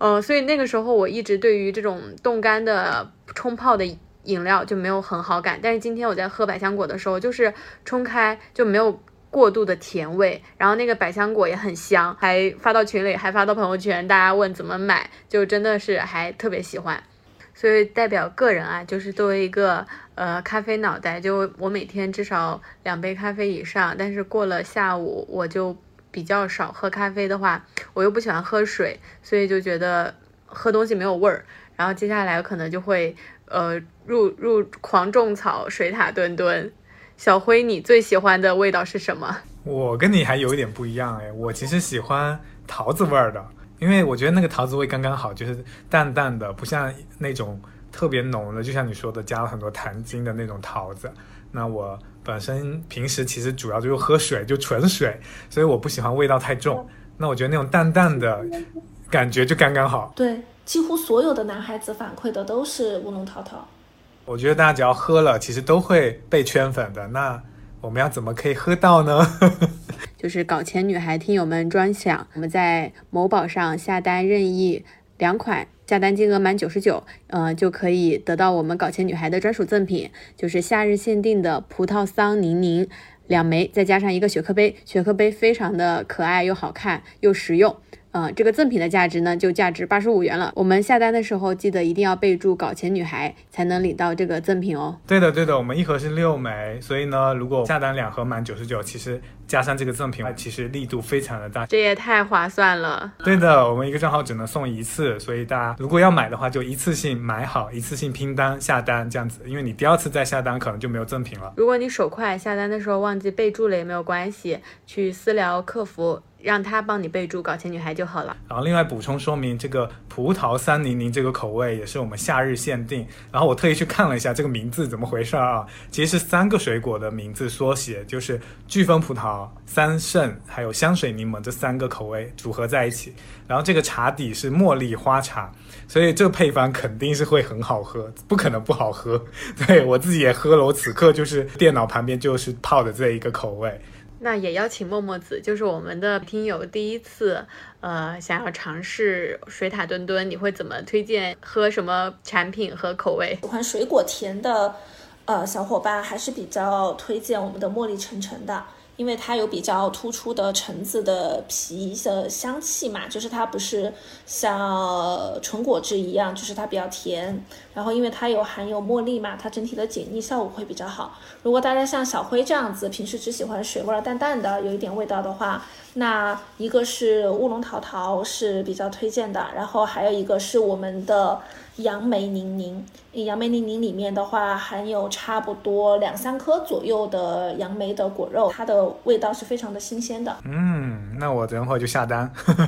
所以那个时候我一直对于这种冻干的冲泡的饮料就没有很好感，但是今天我在喝百香果的时候，就是冲开就没有过度的甜味，然后那个百香果也很香，还发到群里，还发到朋友圈，大家问怎么买，就真的是还特别喜欢。所以代表个人啊，就是作为一个咖啡脑袋，就我每天至少2杯咖啡以上，但是过了下午我就比较少喝咖啡的话，我又不喜欢喝水，所以就觉得喝东西没有味儿。然后接下来可能就会入狂种草水塔墩墩。小辉，你最喜欢的味道是什么？ 我跟你还有一点不一样哎，我其实喜欢桃子味儿的，因为我觉得那个桃子味刚刚好，就是淡淡的，不像那种特别浓的，就像你说的加了很多糖精的那种桃子。那我本身平时其实主要就是喝水，就纯水，所以我不喜欢味道太重。那我觉得那种淡淡的感觉就刚刚好。 对，几乎所有的男孩子反馈的都是乌龙桃桃。 我觉得大家只要喝了，其实都会被圈粉的。那我们要怎么可以喝到呢？ 就是搞钱女孩听友们专享，我们在某宝上下单任意2款，下单金额满99，就可以得到我们搞钱女孩的专属赠品，就是夏日限定的葡萄桑宁宁2枚，再加上一个雪克杯，雪克杯非常的可爱又好看又实用。这个赠品的价值呢，就价值85元了。我们下单的时候记得一定要备注搞钱女孩，才能领到这个赠品哦。 对的，我们一盒是6枚，所以呢，如果下单2盒满99，其实加上这个赠品，其实力度非常的大， 这也太划算了。 对的，我们一个账号只能送1次，所以大家如果要买的话，就一次性买好，一次性拼单下单这样子，因为你第2次再下单可能就没有赠品了。 如果你手快，下单的时候忘记备注了也没有关系，去私聊客服，让他帮你备注搞钱女孩就好了。 然后另外补充说明，这个葡萄桑宁宁这个口味也是我们夏日限定。然后我特意去看了一下这个名字怎么回事啊，其实是3个水果的名字缩写，就是飓风葡萄、三圣还有香水柠檬这3个口味组合在一起。然后这个茶底是茉莉花茶，所以这个配方肯定是会很好喝，不可能不好喝。对，我自己也喝了，我此刻就是电脑旁边就是泡的这一个口味。 那也邀请默默子，就是我们的听友第一次想要尝试水塔墩墩，你会怎么推荐喝什么产品和口味？ 喜欢水果甜的小伙伴还是比较推荐我们的茉莉橙橙的，因为它有比较突出的橙子的皮的香气嘛，就是它不是像纯果汁一样，就是它比较甜，然后因为它含有茉莉嘛，它整体的解腻效果会比较好。如果大家像小辉这样子，平时只喜欢水味淡淡的有一点味道的话，那一个是乌龙桃桃是比较推荐的，然后还有一个是我们的杨梅宁宁。杨梅宁宁里面的话含有差不多2-3颗左右的杨梅的果肉，它的味道是非常的新鲜的。 那我等会儿就下单。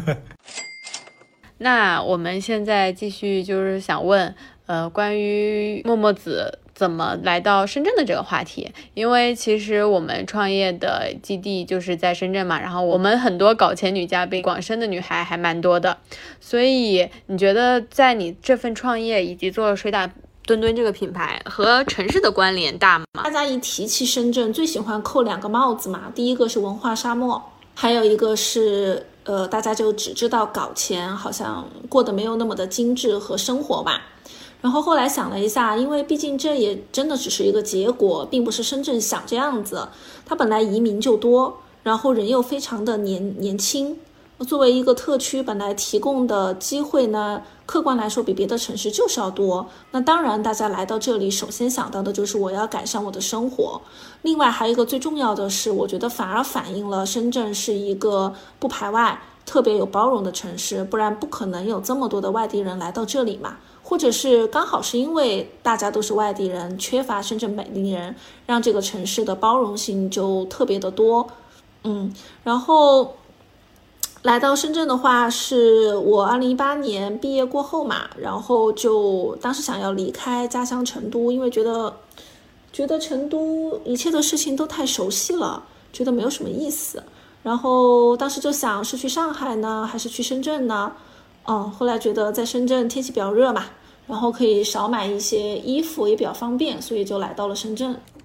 那我们现在继续就是想问关于默默子怎么来到深圳的这个话题，因为其实我们创业的基地就是在深圳嘛，然后我们很多搞钱女嘉宾，广深的女孩还蛮多的，所以你觉得在你这份创业以及做水塔墩墩这个品牌和城市的关联大吗？ 大家一提起深圳最喜欢扣2个帽子嘛，第一个是文化沙漠，还有一个是大家就只知道搞钱，好像过得没有那么的精致和生活吧。然后后来想了一下，因为毕竟这也真的只是一个结果，并不是深圳想这样子，它本来移民就多，然后人又非常的年轻，作为一个特区本来提供的机会呢，客观来说比别的城市就是要多。那当然大家来到这里首先想到的就是我要改善我的生活。另外还有一个最重要的是，我觉得反而反映了深圳是一个不排外特别有包容的城市，不然不可能有这么多的外地人来到这里嘛。或者是刚好是因为大家都是外地人，缺乏深圳本地人，让这个城市的包容性就特别的多。然后来到深圳的话，是我2018年毕业过后嘛，然后就当时想要离开家乡成都，因为觉得成都一切的事情都太熟悉了，觉得没有什么意思。然后当时就想是去上海呢，还是去深圳呢？后来觉得在深圳天气比较热嘛，然后可以少买一些衣服也比较方便，所以就来到了深圳。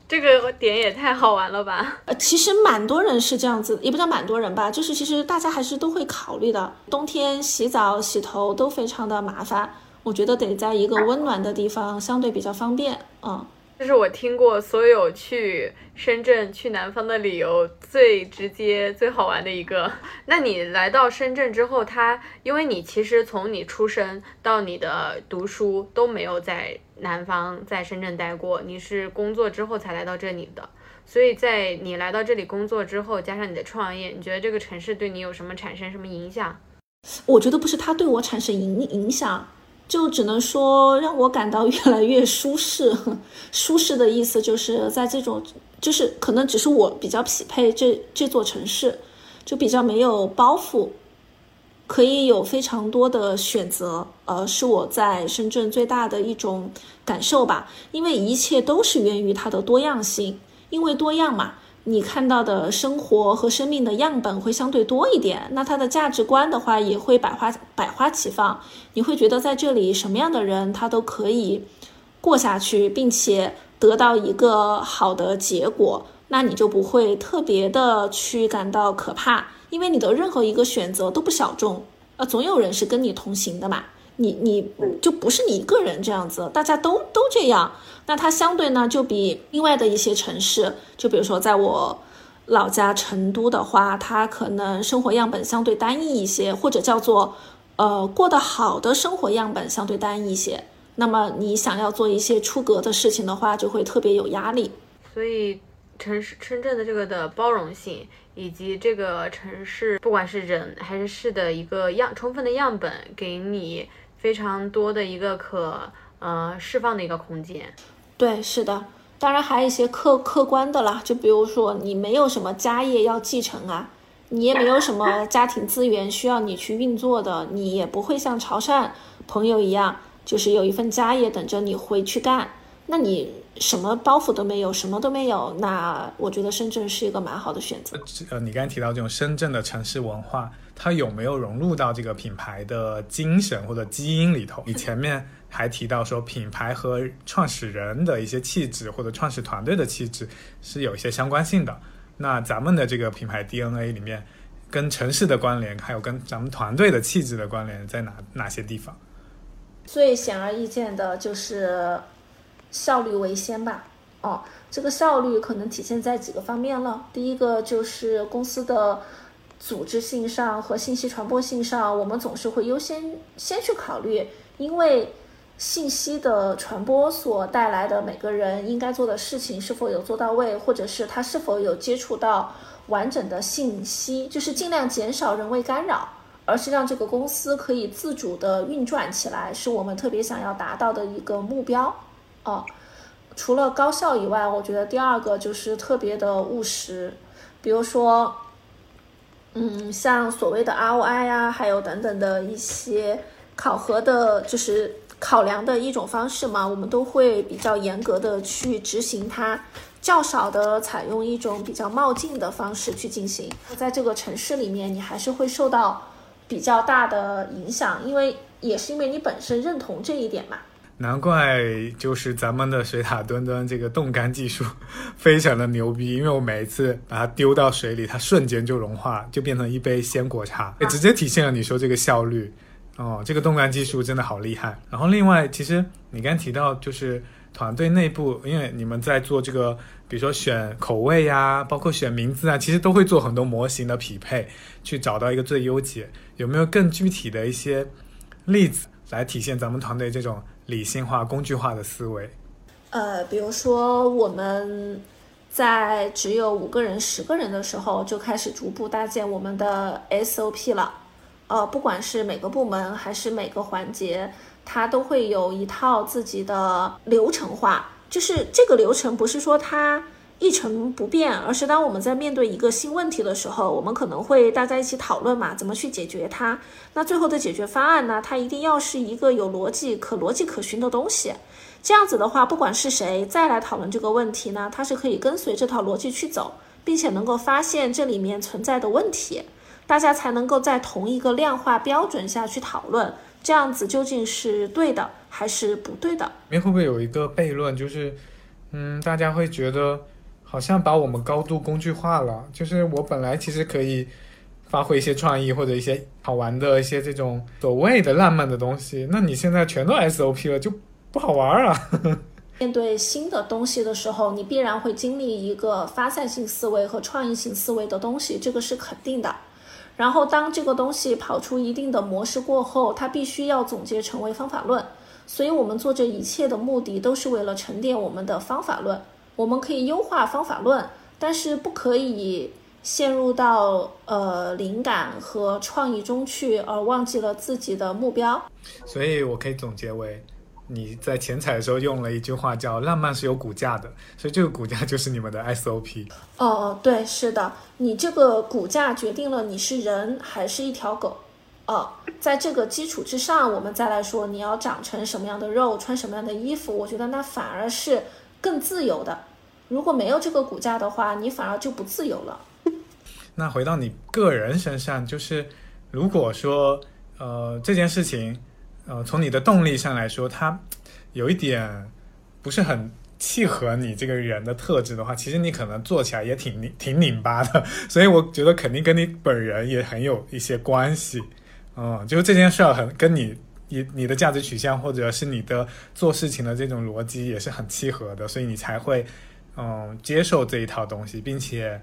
这个点也太好玩了吧。 其实蛮多人是这样子，也不叫蛮多人吧，就是其实大家还是都会考虑的。冬天洗澡洗头都非常的麻烦，我觉得得在一个温暖的地方相对比较方便。 这是我听过所有去深圳去南方的理由最直接最好玩的一个。那你来到深圳之后，因为你其实从你出生到你的读书都没有在南方在深圳待过，你是工作之后才来到这里的，所以在你来到这里工作之后，加上你的创业，你觉得这个城市对你有产生什么影响？ 我觉得不是它对我产生影响，就只能说让我感到越来越舒适。舒适的意思就是在这种，就是可能只是我比较匹配这座城市，就比较没有包袱，可以有非常多的选择，是我在深圳最大的一种感受吧。因为一切都是源于它的多样性，因为多样嘛，你看到的生活和生命的样本会相对多一点，那它的价值观的话也会百花齐放。你会觉得在这里什么样的人他都可以过下去，并且得到一个好的结果，那你就不会特别的去感到可怕，因为你的任何一个选择都不小众，总有人是跟你同行的嘛，你就不是你一个人这样子，大家都这样。那它相对呢，就比另外的一些城市，就比如说在我老家成都的话，它可能生活样本相对单一一些，或者叫做过得好的生活样本相对单一一些。那么你想要做一些出格的事情的话，就会特别有压力。 所以深圳的这个的包容性，以及这个城市不管是人还是事的一个充分的样本，给你非常多的一个释放的一个空间。 对，是的。当然还有一些客观的啦，就比如说你没有什么家业要继承啊，你也没有什么家庭资源需要你去运作的，你也不会像潮汕朋友一样，就是有一份家业等着你回去干，那你什么包袱都没有，什么都没有，那我觉得深圳是一个蛮好的选择。 你刚才提到这种深圳的城市文化，它有没有融入到这个品牌的精神或者基因里头？你前面还提到说品牌和创始人的一些气质或者创始团队的气质是有一些相关性的，那咱们的这个品牌 DNA 里面跟城市的关联还有跟咱们团队的气质的关联在哪些地方？ 最显而易见的就是效率为先吧。这个效率可能体现在几个方面了。第一个就是公司的组织性上和信息传播性上，我们总是会先去考虑，因为信息的传播所带来的每个人应该做的事情是否有做到位，或者是他是否有接触到完整的信息，就是尽量减少人为干扰，而是让这个公司可以自主的运转起来，是我们特别想要达到的一个目标。除了高效以外，我觉得第二个就是特别的务实，比如说像所谓的 ROI 啊，还有等等的一些考核的，就是考量的一种方式嘛，我们都会比较严格的去执行它，较少的采用一种比较冒进的方式去进行。在这个城市里面，你还是会受到比较大的影响，因为你本身认同这一点嘛。 难怪就是咱们的水塔墩墩这个冻干技术非常的牛逼，因为我每一次把它丢到水里，它瞬间就融化，就变成一杯鲜果茶，也直接体现了你说这个效率。这个冻干技术真的好厉害。然后另外，其实你刚才提到就是团队内部，因为你们在做这个比如说选口味啊，包括选名字啊，其实都会做很多模型的匹配，去找到一个最优解。有没有更具体的一些例子来体现咱们团队这种理性化工具化的思维？ 比如说我们在只有5个人10个人的时候，就开始逐步搭建我们的 SOP 了。不管是每个部门还是每个环节，它都会有一套自己的流程化，就是这个流程不是说它一成不变，而是当我们在面对一个新问题的时候，我们可能会大家一起讨论嘛，怎么去解决它。那最后的解决方案呢，它一定要是一个有逻辑可循的东西。这样子的话，不管是谁再来讨论这个问题呢，它是可以跟随这套逻辑去走，并且能够发现这里面存在的问题，大家才能够在同一个量化标准下去讨论，这样子究竟是对的还是不对的。 里面会不会有一个悖论，就是大家会觉得好像把我们高度工具化了，就是我本来其实可以发挥一些创意或者一些好玩的一些这种所谓的浪漫的东西，那你现在全都 SOP 了，就不好玩啊。 面对新的东西的时候，你必然会经历一个发散性思维和创意性思维的东西，这个是肯定的。然后当这个东西跑出一定的模式过后，它必须要总结成为方法论。所以我们做这一切的目的都是为了沉淀我们的方法论。我们可以优化方法论，但是不可以陷入到灵感和创意中去，而忘记了自己的目标。 所以我可以总结为，你在前采的时候用了一句话叫浪漫是有骨架的，所以这个骨架就是你们的 SOP。 对，是的，你这个骨架决定了你是人还是一条狗。在这个基础之上，我们再来说你要长成什么样的肉，穿什么样的衣服，我觉得那反而是更自由的。如果没有这个骨架的话，你反而就不自由了。 那回到你个人身上，就是如果说这件事情从你的动力上来说，它有一点不是很契合你这个人的特质的话，其实你可能做起来也挺拧巴的，所以我觉得肯定跟你本人也很有一些关系。就是这件事儿很跟你的价值取向或者是你的做事情的这种逻辑也是很契合的，所以你才会接受这一套东西，并且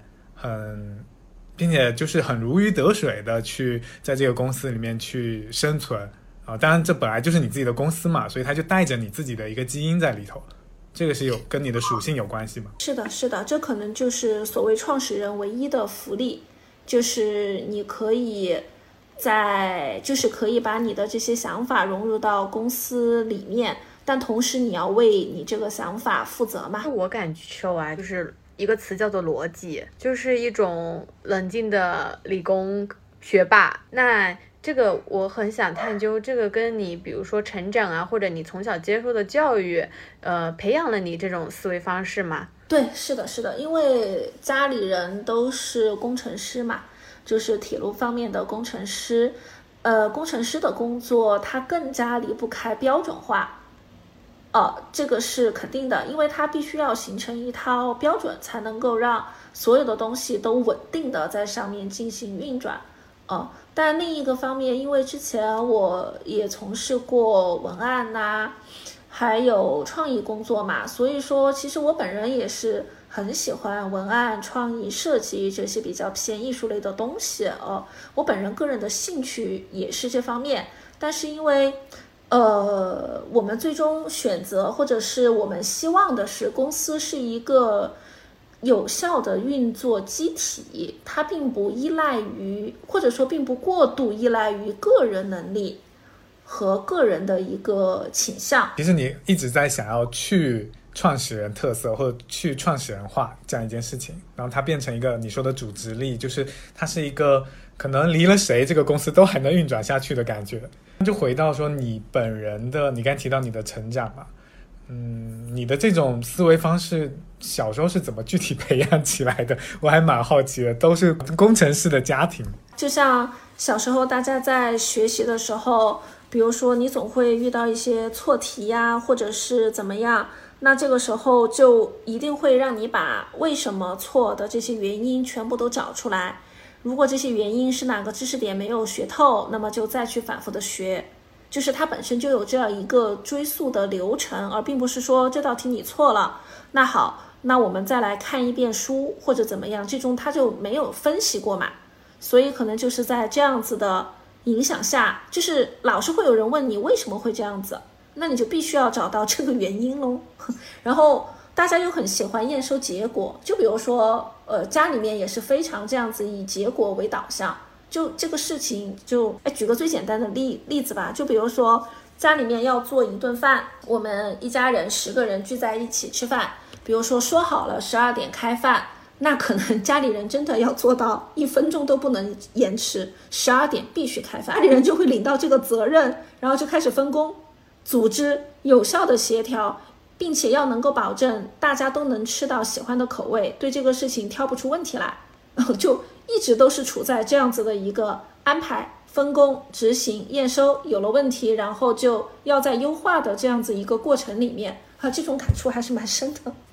就是很如鱼得水的去在这个公司里面去生存当然这本来就是你自己的公司嘛，所以它就带着你自己的一个基因在里头，这个是跟你的属性有关系吗？ 是的，是的，这可能就是所谓创始人唯一的福利，就是你可以可以把你的这些想法融入到公司里面，但同时你要为你这个想法负责嘛。 我感受啊，就是一个词叫做逻辑，就是一种冷静的理工学霸。那这个我很想探究，这个跟你比如说成长啊，或者你从小接受的教育培养了你这种思维方式吗？ 对，是的，是的，因为家里人都是工程师嘛，就是铁路方面的工程师。工程师的工作它更加离不开标准化。这个是肯定的，因为它必须要形成一套标准，才能够让所有的东西都稳定的在上面进行运转。但另一个方面，因为之前我也从事过文案呐，还有创意工作嘛，所以说其实我本人也是很喜欢文案、创意、设计这些比较偏艺术类的东西。我本人个人的兴趣也是这方面，但是因为我们最终选择或者是我们希望的是公司是一个有效的运作机体，它并不依赖于或者说并不过度依赖于个人能力和个人的一个倾向。 其实你一直在想要去创始人特色或者去创始人化这样一件事情，然后它变成一个你说的组织力，就是它是一个可能离了谁这个公司都还能运转下去的感觉。就回到说你本人的，你刚才提到你的成长嘛，你的这种思维方式小时候是怎么具体培养起来的？我还蛮好奇的，都是工程师的家庭。 就像小时候大家在学习的时候，比如说你总会遇到一些错题呀，或者是怎么样，那这个时候就一定会让你把为什么错的这些原因全部都找出来。如果这些原因是哪个知识点没有学透，那么就再去反复的学，就是它本身就有这样一个追溯的流程，而并不是说这道题你错了，那好，那我们再来看一遍书或者怎么样，这种它就没有分析过嘛。所以可能就是在这样子的影响下，就是老是会有人问你为什么会这样子，那你就必须要找到这个原因咯。然后大家又很喜欢验收结果，就比如说家里面也是非常这样子以结果为导向。就这个事情举个最简单的例子吧，就比如说家里面要做一顿饭，我们一家人10个人聚在一起吃饭，比如说说好了12点开饭，那可能家里人真的要做到1分钟都不能延迟，12点必须开饭，家里人就会领到这个责任，然后就开始分工组织，有效的协调，并且要能够保证大家都能吃到喜欢的口味，对这个事情挑不出问题来，就一直都是处在这样子的一个安排、分工、执行、验收，有了问题然后就要在优化的这样子一个过程里面，这种感触还是蛮深的。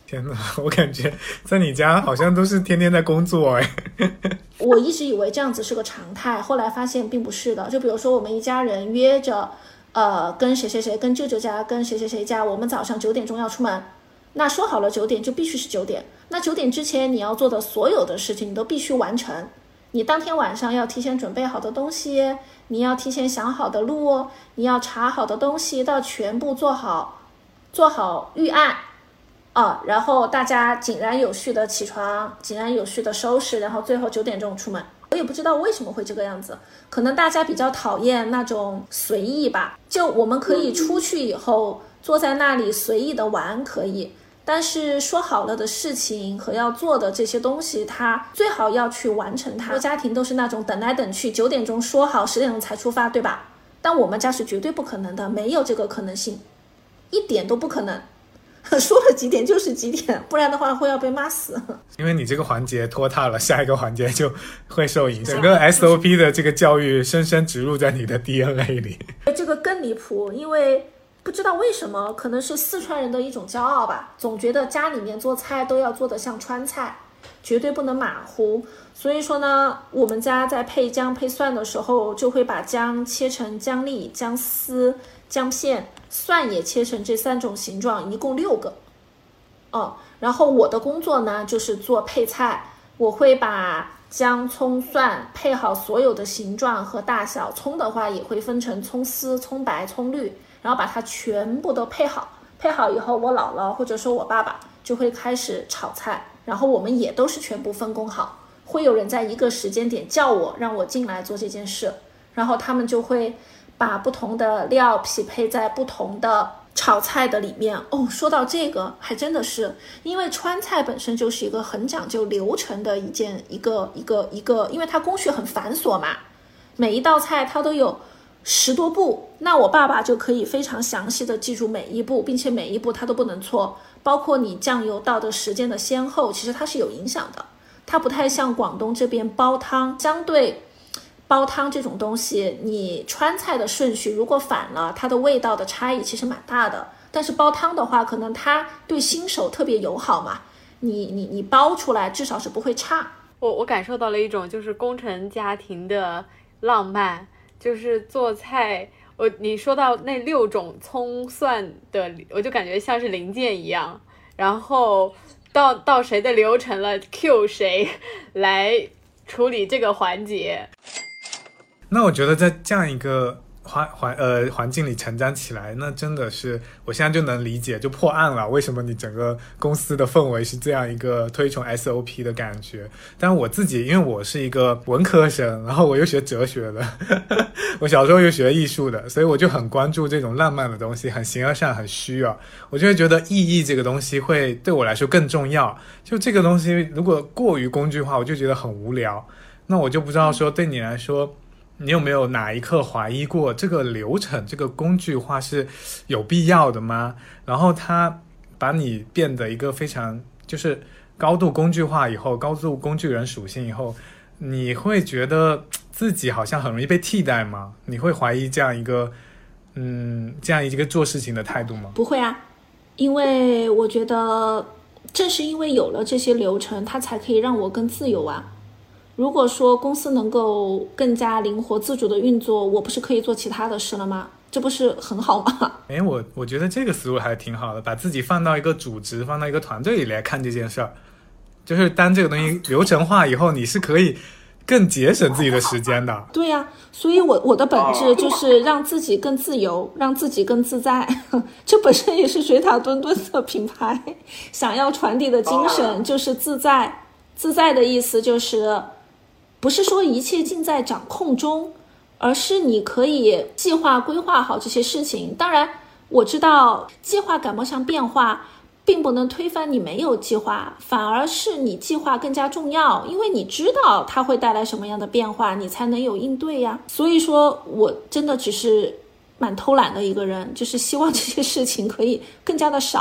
天哪，我感觉在你家好像都是天天在工作哎。 我一直以为这样子是个常态，后来发现并不是的。就比如说我们一家人约着跟谁谁谁，跟舅舅家，跟谁谁谁家，我们早上9点钟要出门，那说好了9点就必须是9点，那9点之前你要做的所有的事情你都必须完成，你当天晚上要提前准备好的东西，你要提前想好的路，你要查好的东西都要全部做好预案然后大家井然有序的起床，井然有序的收拾，然后最后9点钟出门。我也不知道为什么会这个样子，可能大家比较讨厌那种随意吧，就我们可以出去以后坐在那里随意的玩可以，但是说好了的事情和要做的这些东西，它最好要去完成它。家庭都是那种等来等去，9点钟说好10点钟才出发，对吧？但我们家是绝对不可能的，没有这个可能性，一点都不可能。说了几点就是几点，不然的话会要被骂死。 因为你这个环节拖沓了，下一个环节就会受影响。整个 SOP 的这个教育深深植入在你的 DNA 里。 这个更离谱，因为不知道为什么，可能是四川人的一种骄傲吧，总觉得家里面做菜都要做得像川菜，绝对不能马虎。所以说呢，我们家在配姜配蒜的时候，就会把姜切成姜粒、姜丝、姜片，蒜也切成这3种形状，一共6个。然后我的工作呢，就是做配菜，我会把姜、葱、蒜配好所有的形状和大小，葱的话也会分成葱丝、葱白、葱绿，然后把它全部都配好。配好以后，我姥姥或者说我爸爸就会开始炒菜，然后我们也都是全部分工好，会有人在一个时间点叫我，让我进来做这件事，然后他们就会把不同的料匹配在不同的炒菜的里面。说到这个还真的是，因为川菜本身就是一个很讲究流程的一个，因为它工序很繁琐嘛，每一道菜它都有10多步，那我爸爸就可以非常详细的记住每一步，并且每一步他都不能错，包括你酱油倒的时间的先后，其实它是有影响的。它不太像广东这边煲汤，相对煲汤这种东西，你川菜的顺序如果反了，它的味道的差异其实蛮大的。但是煲汤的话，可能它对新手特别友好嘛，你煲出来至少是不会差。 我感受到了一种就是工程家庭的浪漫，就是做菜。你说到那6种葱蒜的，我就感觉像是零件一样，然后到谁的流程了 ，Q 谁来处理这个环节。 那我觉得在这样一个环境里成长起来，那真的是我现在就能理解，就破案了，为什么你整个公司的氛围是这样一个推崇 SOP 的感觉。但我自己因为我是一个文科生，然后我又学哲学的我小时候又学艺术的，所以我就很关注这种浪漫的东西，很形而上很虚啊，我就会觉得意义这个东西会对我来说更重要。就这个东西如果过于工具化，我就觉得很无聊。那我就不知道说对你来说，你有没有哪一刻怀疑过这个流程这个工具化是有必要的吗？然后它把你变得一个非常就是高度工具化以后，高度工具人属性以后，你会觉得自己好像很容易被替代吗？你会怀疑这样一个做事情的态度吗？ 不会啊，因为我觉得正是因为有了这些流程，它才可以让我更自由啊。如果说公司能够更加灵活自主的运作，我不是可以做其他的事了吗？这不是很好吗？ 我觉得这个思路还挺好的，把自己放到一个组织，放到一个团队里来看这件事儿，就是当这个东西流程化以后，你是可以更节省自己的时间的。 对呀，所以我的本质就是让自己更自由，让自己更自在。这本身也是水塔墩墩的品牌想要传递的精神，就是自在。自在的意思就是不是说一切尽在掌控中，而是你可以计划规划好这些事情。当然我知道计划赶不上变化并不能推翻你没有计划，反而是你计划更加重要，因为你知道它会带来什么样的变化，你才能有应对呀。所以说我真的只是蛮偷懒的一个人，就是希望这些事情可以更加的少，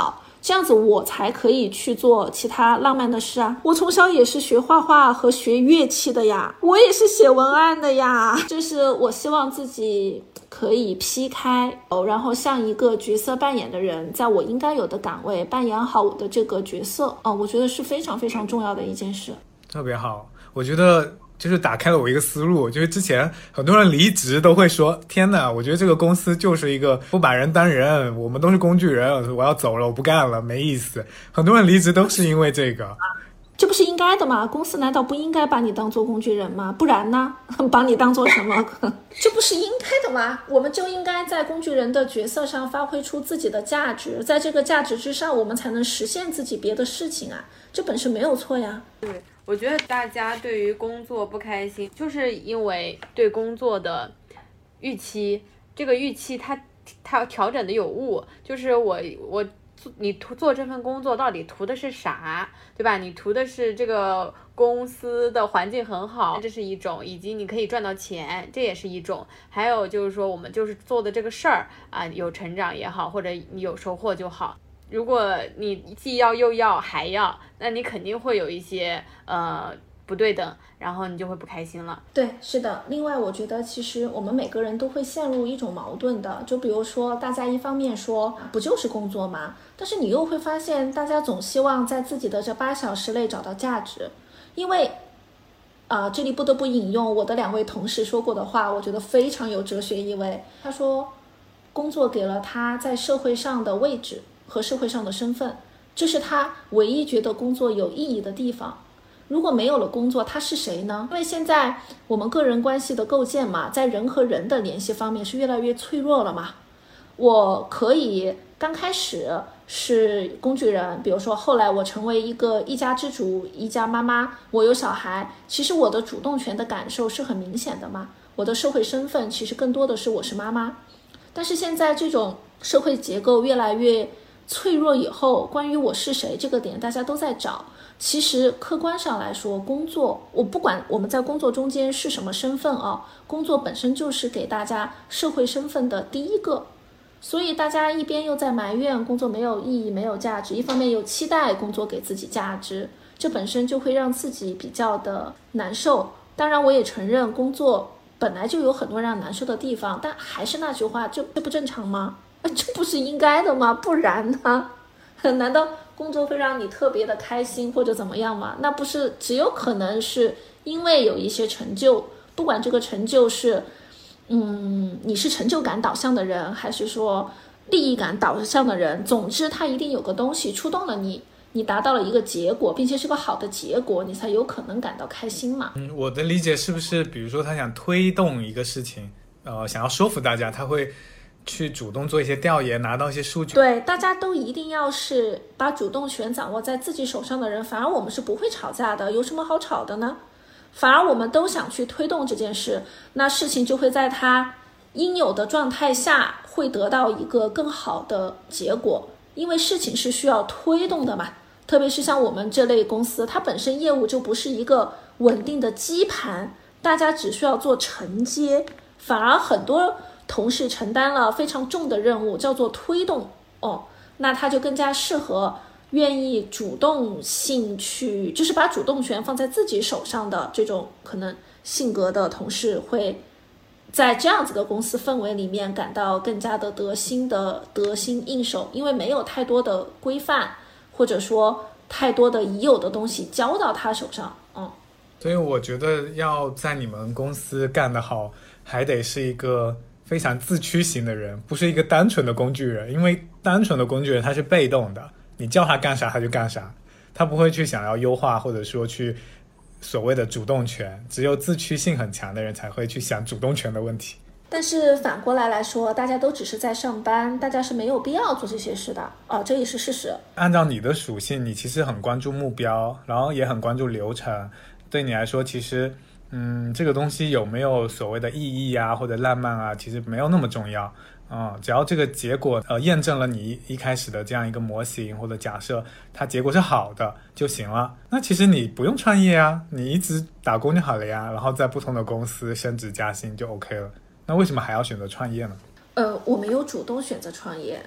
这样子我才可以去做其他浪漫的事啊。我从小也是学画画和学乐器的呀，我也是写文案的呀，就是我希望自己可以劈开，然后像一个角色扮演的人，在我应该有的岗位扮演好我的这个角色，我觉得是非常非常重要的一件事。 特别好，我觉得就是打开了我一个思路，就是之前很多人离职都会说，天哪，我觉得这个公司就是一个不把人当人，我们都是工具人，我要走了，我不干了，没意思。很多人离职都是因为这个。 这不是应该的吗？公司难道不应该把你当做工具人吗？不然呢？把你当做什么？这不是应该的吗？我们就应该在工具人的角色上发挥出自己的价值，在这个价值之上，我们才能实现自己别的事情啊，这本身没有错呀。 对，我觉得大家对于工作不开心，就是因为对工作的预期，这个预期它调整的有误，就是你做这份工作到底图的是啥，对吧？你图的是这个公司的环境很好，这是一种，以及你可以赚到钱，这也是一种。还有就是说，我们就是做的这个事儿啊，有成长也好，或者你有收获就好。如果你既要又要还要，那你肯定会有一些不对等，然后你就会不开心了。 对，是的。另外我觉得其实我们每个人都会陷入一种矛盾的，就比如说大家一方面说不就是工作吗，但是你又会发现大家总希望在自己的这8小时内找到价值。因为这里不得不引用我的2位同事说过的话，我觉得非常有哲学意味。他说工作给了他在社会上的位置和社会上的身份，这是他唯一觉得工作有意义的地方。如果没有了工作，他是谁呢？因为现在我们个人关系的构建嘛，在人和人的联系方面是越来越脆弱了嘛。我可以刚开始是工具人，比如说后来我成为一个一家之主，一家妈妈，我有小孩，其实我的主动权的感受是很明显的嘛。我的社会身份其实更多的是我是妈妈。但是现在这种社会结构越来越脆弱以后，关于我是谁这个点大家都在找。其实客观上来说，工作，我不管我们在工作中间是什么身份啊，工作本身就是给大家社会身份的第一个。所以大家一边又在埋怨工作没有意义没有价值，一方面又期待工作给自己价值，这本身就会让自己比较的难受。当然我也承认工作本来就有很多让难受的地方，但还是那句话，这不正常吗？这不是应该的吗？不然呢？难道工作会让你特别的开心或者怎么样吗？那不是只有可能是因为有一些成就，不管这个成就是你是成就感导向的人，还是说利益感导向的人，总之它一定有个东西触动了你，你达到了一个结果，并且是个好的结果，你才有可能感到开心嘛。 我的理解是不是比如说他想推动一个事情，想要说服大家，他会去主动做一些调研，拿到一些数据。 对，大家都一定要是把主动权掌握在自己手上的人，反而我们是不会吵架的，有什么好吵的呢？反而我们都想去推动这件事，那事情就会在它应有的状态下会得到一个更好的结果。因为事情是需要推动的嘛，特别是像我们这类公司，它本身业务就不是一个稳定的基盘，大家只需要做承接，反而很多同事承担了非常重的任务，叫做推动那他就更加适合愿意主动性去，就是把主动权放在自己手上的这种可能性格的同事，会在这样子的公司氛围里面感到更加的得心应手，因为没有太多的规范，或者说太多的已有的东西交到他手上。 所以我觉得要在你们公司干得好，还得是一个非常自驱型的人，不是一个单纯的工具人。因为单纯的工具人他是被动的，你叫他干啥他就干啥，他不会去想要优化，或者说去所谓的主动权。只有自驱性很强的人才会去想主动权的问题。 但是反过来说，大家都只是在上班，大家是没有必要做这些事的这也是事实。 按照你的属性，你其实很关注目标，然后也很关注流程，对你来说其实这个东西有没有所谓的意义啊或者浪漫啊，其实没有那么重要。只要这个结果验证了你一开始的这样一个模型或者假设，它结果是好的就行了。那其实你不用创业啊，你一直打工就好了呀，然后在不同的公司升职加薪就 OK 了。那为什么还要选择创业呢？ 我没有主动选择创业，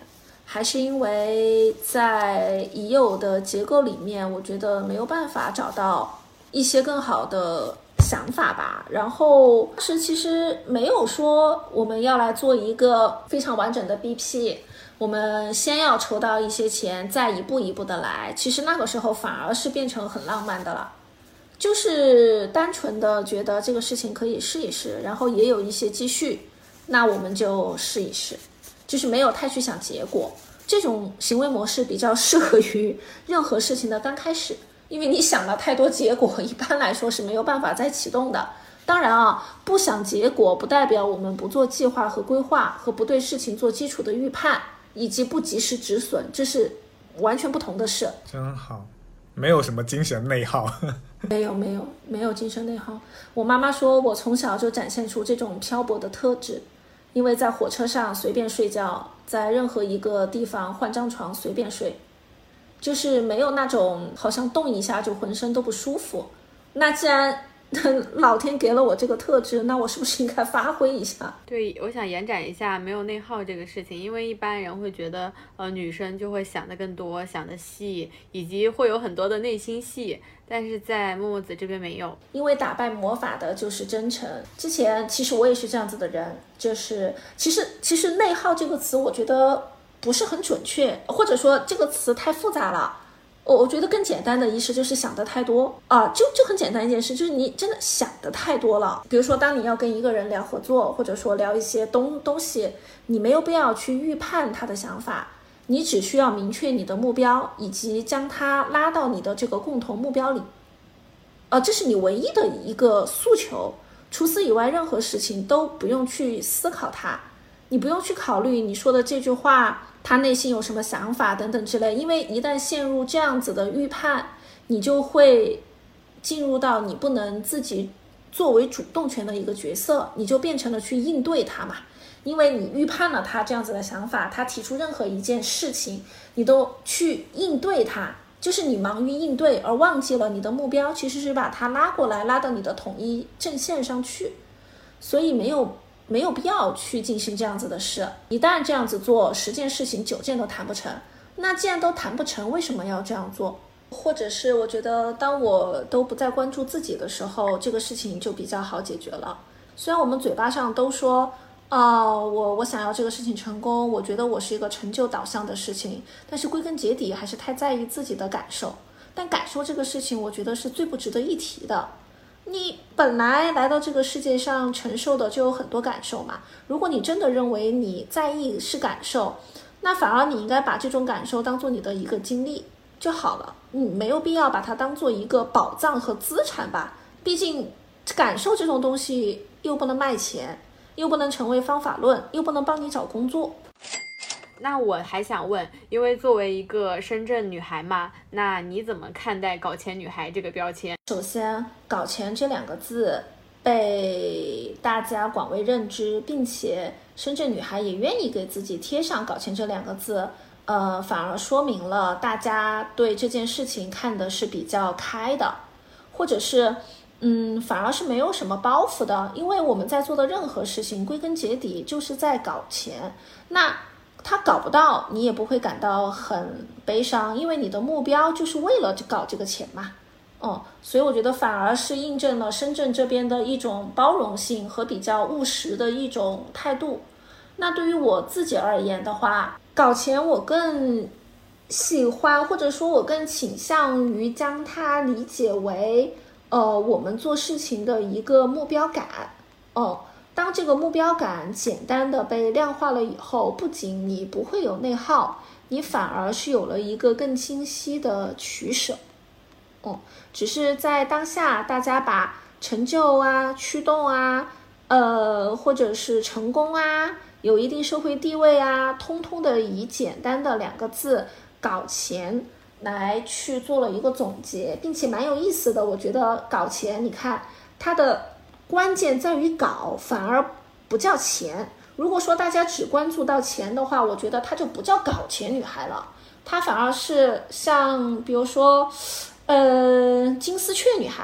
还是因为在已有的结构里面，我觉得没有办法找到一些更好的想法吧。然后是其实没有说我们要来做一个非常完整的 BP， 我们先要筹到一些钱，再一步一步的来。其实那个时候反而是变成很浪漫的了，就是单纯的觉得这个事情可以试一试，然后也有一些积蓄，那我们就试一试，就是没有太去想结果。这种行为模式比较适合于任何事情的刚开始，因为你想了太多结果，一般来说是没有办法再启动的。当然啊，不想结果不代表我们不做计划和规划，和不对事情做基础的预判，以及不及时止损，这是完全不同的事。 真好，没有什么精神内耗。 没有精神内耗。我妈妈说我从小就展现出这种漂泊的特质，因为在火车上随便睡觉，在任何一个地方换张床随便睡，就是没有那种好像动一下就浑身都不舒服。那既然老天给了我这个特质，那我是不是应该发挥一下？ 对，我想延展一下没有内耗这个事情，因为一般人会觉得女生就会想得更多，想得细，以及会有很多的内心戏，但是在默默子这边没有。 因为打败魔法的就是真诚。之前其实我也是这样子的人，就是其实内耗这个词我觉得不是很准确，或者说这个词太复杂了。我觉得更简单的意思就是想得太多啊，就很简单一件事，就是你真的想得太多了。比如说当你要跟一个人聊合作，或者说聊一些东西，你没有必要去预判他的想法，你只需要明确你的目标，以及将他拉到你的这个共同目标里。这是你唯一的一个诉求，除此以外任何事情都不用去思考它，你不用去考虑你说的这句话他内心有什么想法等等之类，因为一旦陷入这样子的预判，你就会进入到你不能自己作为主动权的一个角色，你就变成了去应对他嘛。因为你预判了他这样子的想法，他提出任何一件事情你都去应对他，就是你忙于应对而忘记了你的目标其实是把他拉过来，拉到你的统一阵线上去。所以没有必要去进行这样子的事。一旦这样子做，10件事情9件都谈不成。那既然都谈不成，为什么要这样做？或者是我觉得当我都不再关注自己的时候，这个事情就比较好解决了。虽然我们嘴巴上都说我想要这个事情成功，我觉得我是一个成就导向的事情，但是归根结底还是太在意自己的感受。但感受这个事情我觉得是最不值得一提的。你本来来到这个世界上承受的就有很多感受嘛，如果你真的认为你在意是感受，那反而你应该把这种感受当做你的一个经历就好了，你没有必要把它当做一个宝藏和资产吧。毕竟感受这种东西又不能卖钱，又不能成为方法论，又不能帮你找工作。 那我还想问，因为作为一个深圳女孩嘛，那你怎么看待搞钱女孩这个标签？ 首先，搞钱这2个字被大家广为认知，并且深圳女孩也愿意给自己贴上搞钱这2个字，反而说明了大家对这件事情看的是比较开的，或者是反而是没有什么包袱的。因为我们在做的任何事情归根结底就是在搞钱，那他搞不到你也不会感到很悲伤，因为你的目标就是为了搞这个钱嘛。所以我觉得反而是印证了深圳这边的一种包容性和比较务实的一种态度。那对于我自己而言的话，搞钱我更喜欢，或者说我更倾向于将它理解为我们做事情的一个目标感。当这个目标感简单的被量化了以后，不仅你不会有内耗，你反而是有了一个更清晰的取舍。只是在当下大家把成就啊、驱动啊、或者是成功啊、有一定社会地位啊，通通的以简单的2个字搞钱来去做了一个总结，并且蛮有意思的。我觉得搞钱，你看它的关键在于搞，反而不叫钱。如果说大家只关注到钱的话，我觉得它就不叫搞钱女孩了，它反而是像比如说金丝雀女孩，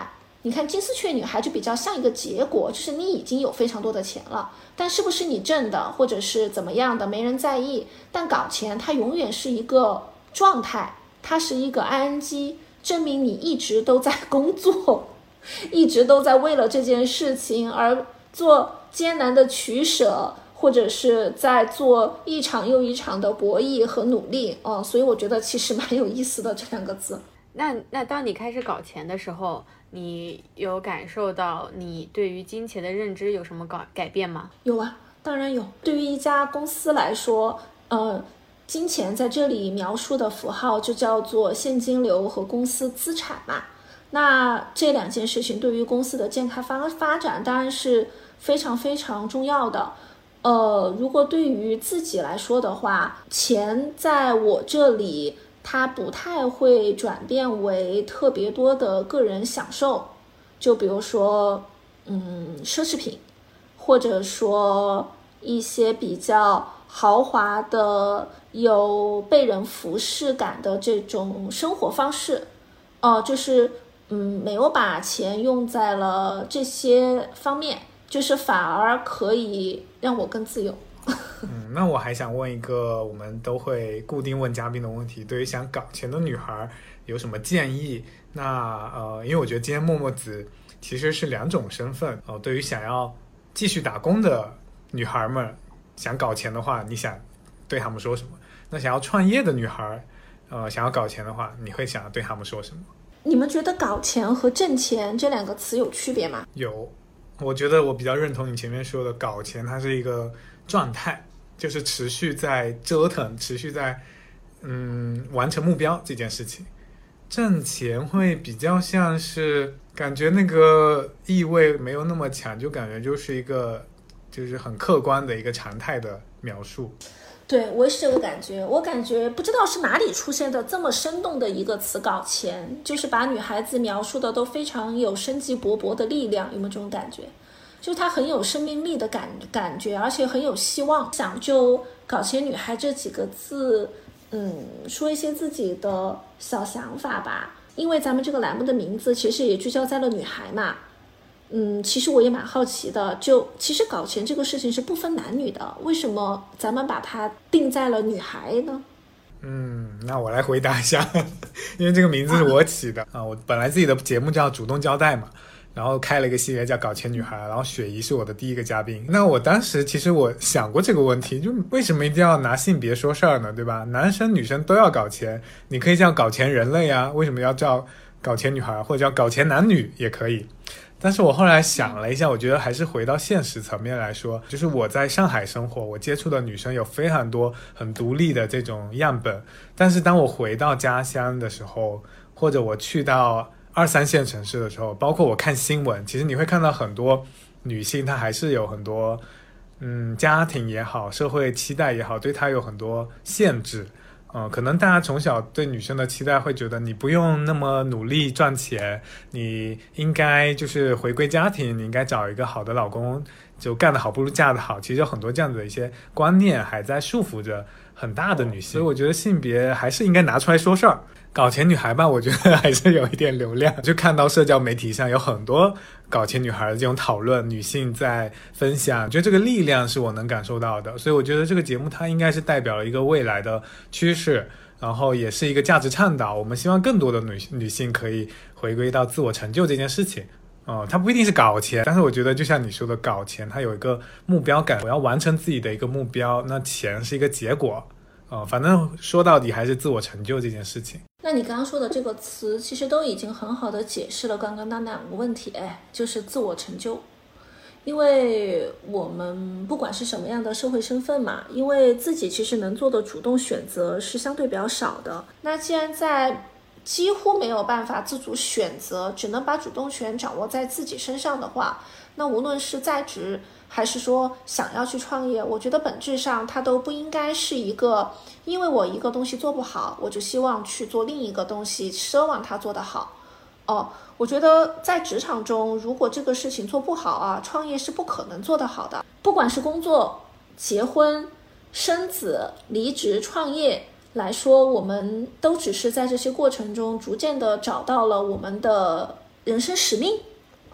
你看金丝雀女孩就比较像一个结果，就是你已经有非常多的钱了，但是不是你挣的或者是怎么样的没人在意，但搞钱它永远是一个状态，它是一个 ing， 证明你一直都在工作，一直都在为了这件事情而做艰难的取舍，或者是在做一场又一场的博弈和努力所以我觉得其实蛮有意思的这2个字。 那当你开始搞钱的时候，你有感受到你对于金钱的认知有什么改变吗？ 有啊，当然有。对于一家公司来说，金钱在这里描述的符号就叫做现金流和公司资产嘛。那这2件事情对于公司的健康发展当然是非常非常重要的。如果对于自己来说的话，钱在我这里它不太会转变为特别多的个人享受，就比如说奢侈品，或者说一些比较豪华的有被人服侍感的这种生活方式，就是没有把钱用在了这些方面，就是反而可以让我更自由。 那我还想问一个我们都会固定问嘉宾的问题，对于想搞钱的女孩有什么建议？那因为我觉得今天默默子其实是2种身份对于想要继续打工的女孩们想搞钱的话，你想对他们说什么？那想要创业的女孩想要搞钱的话，你会想要对他们说什么？ 你们觉得搞钱和挣钱这2个词有区别吗？ 有，我觉得我比较认同你前面说的，搞钱它是一个状态，就是持续在折腾，持续在完成目标这件事情。挣钱会比较像是感觉那个意味没有那么强，就感觉就是一个就是很客观的一个常态的描述。 对，我也是这个感觉。我感觉不知道是哪里出现的这么生动的一个词搞钱，就是把女孩子描述的都非常有生机勃勃的力量，有没有这种感觉？就是她很有生命力的感觉，而且很有希望。想就搞钱女孩这几个字说一些自己的小想法吧。因为咱们这个栏目的名字其实也聚焦在了女孩嘛，其实我也蛮好奇的，就其实搞钱这个事情是不分男女的，为什么咱们把它定在了女孩呢？ 那我来回答一下，因为这个名字是我起的我本来自己的节目叫主动交代嘛，然后开了一个系列叫搞钱女孩，然后雪姨是我的第一个嘉宾。那我当时其实我想过这个问题，就为什么一定要拿性别说事儿呢，对吧？男生女生都要搞钱，你可以叫搞钱人类啊，为什么要叫搞钱女孩，或者叫搞钱男女也可以。但是我后来想了一下，我觉得还是回到现实层面来说，就是我在上海生活，我接触的女生有非常多很独立的这种样本，但是当我回到家乡的时候，或者我去到2、3线城市的时候，包括我看新闻，其实你会看到很多女性她还是有很多家庭也好，社会期待也好，对她有很多限制。可能大家从小对女生的期待会觉得你不用那么努力赚钱，你应该就是回归家庭，你应该找一个好的老公，就干得好不如嫁得好。其实有很多这样子的一些观念还在束缚着很大的女性，所以我觉得性别还是应该拿出来说事儿。搞钱女孩吧，我觉得还是有一点流量，就看到社交媒体上有很多搞钱女孩的这种讨论，女性在分享，觉得这个力量是我能感受到的。所以我觉得这个节目它应该是代表了一个未来的趋势，然后也是一个价值倡导，我们希望更多的女性可以回归到自我成就这件事情。它不一定是搞钱，但是我觉得就像你说的，搞钱它有一个目标感，我要完成自己的一个目标，那钱是一个结果。反正说到底还是自我成就这件事情。 那你刚刚说的这个词其实都已经很好的解释了刚刚那2个问题，就是自我成就。因为我们不管是什么样的社会身份嘛，因为自己其实能做的主动选择是相对比较少的，那既然在几乎没有办法自主选择，只能把主动权掌握在自己身上的话，那无论是在职还是说想要去创业，我觉得本质上它都不应该是一个因为我一个东西做不好，我就希望去做另一个东西，奢望它做得好。我觉得在职场中，如果这个事情做不好啊，创业是不可能做得好的。不管是工作、结婚、生子、离职、创业来说，我们都只是在这些过程中逐渐的找到了我们的人生使命，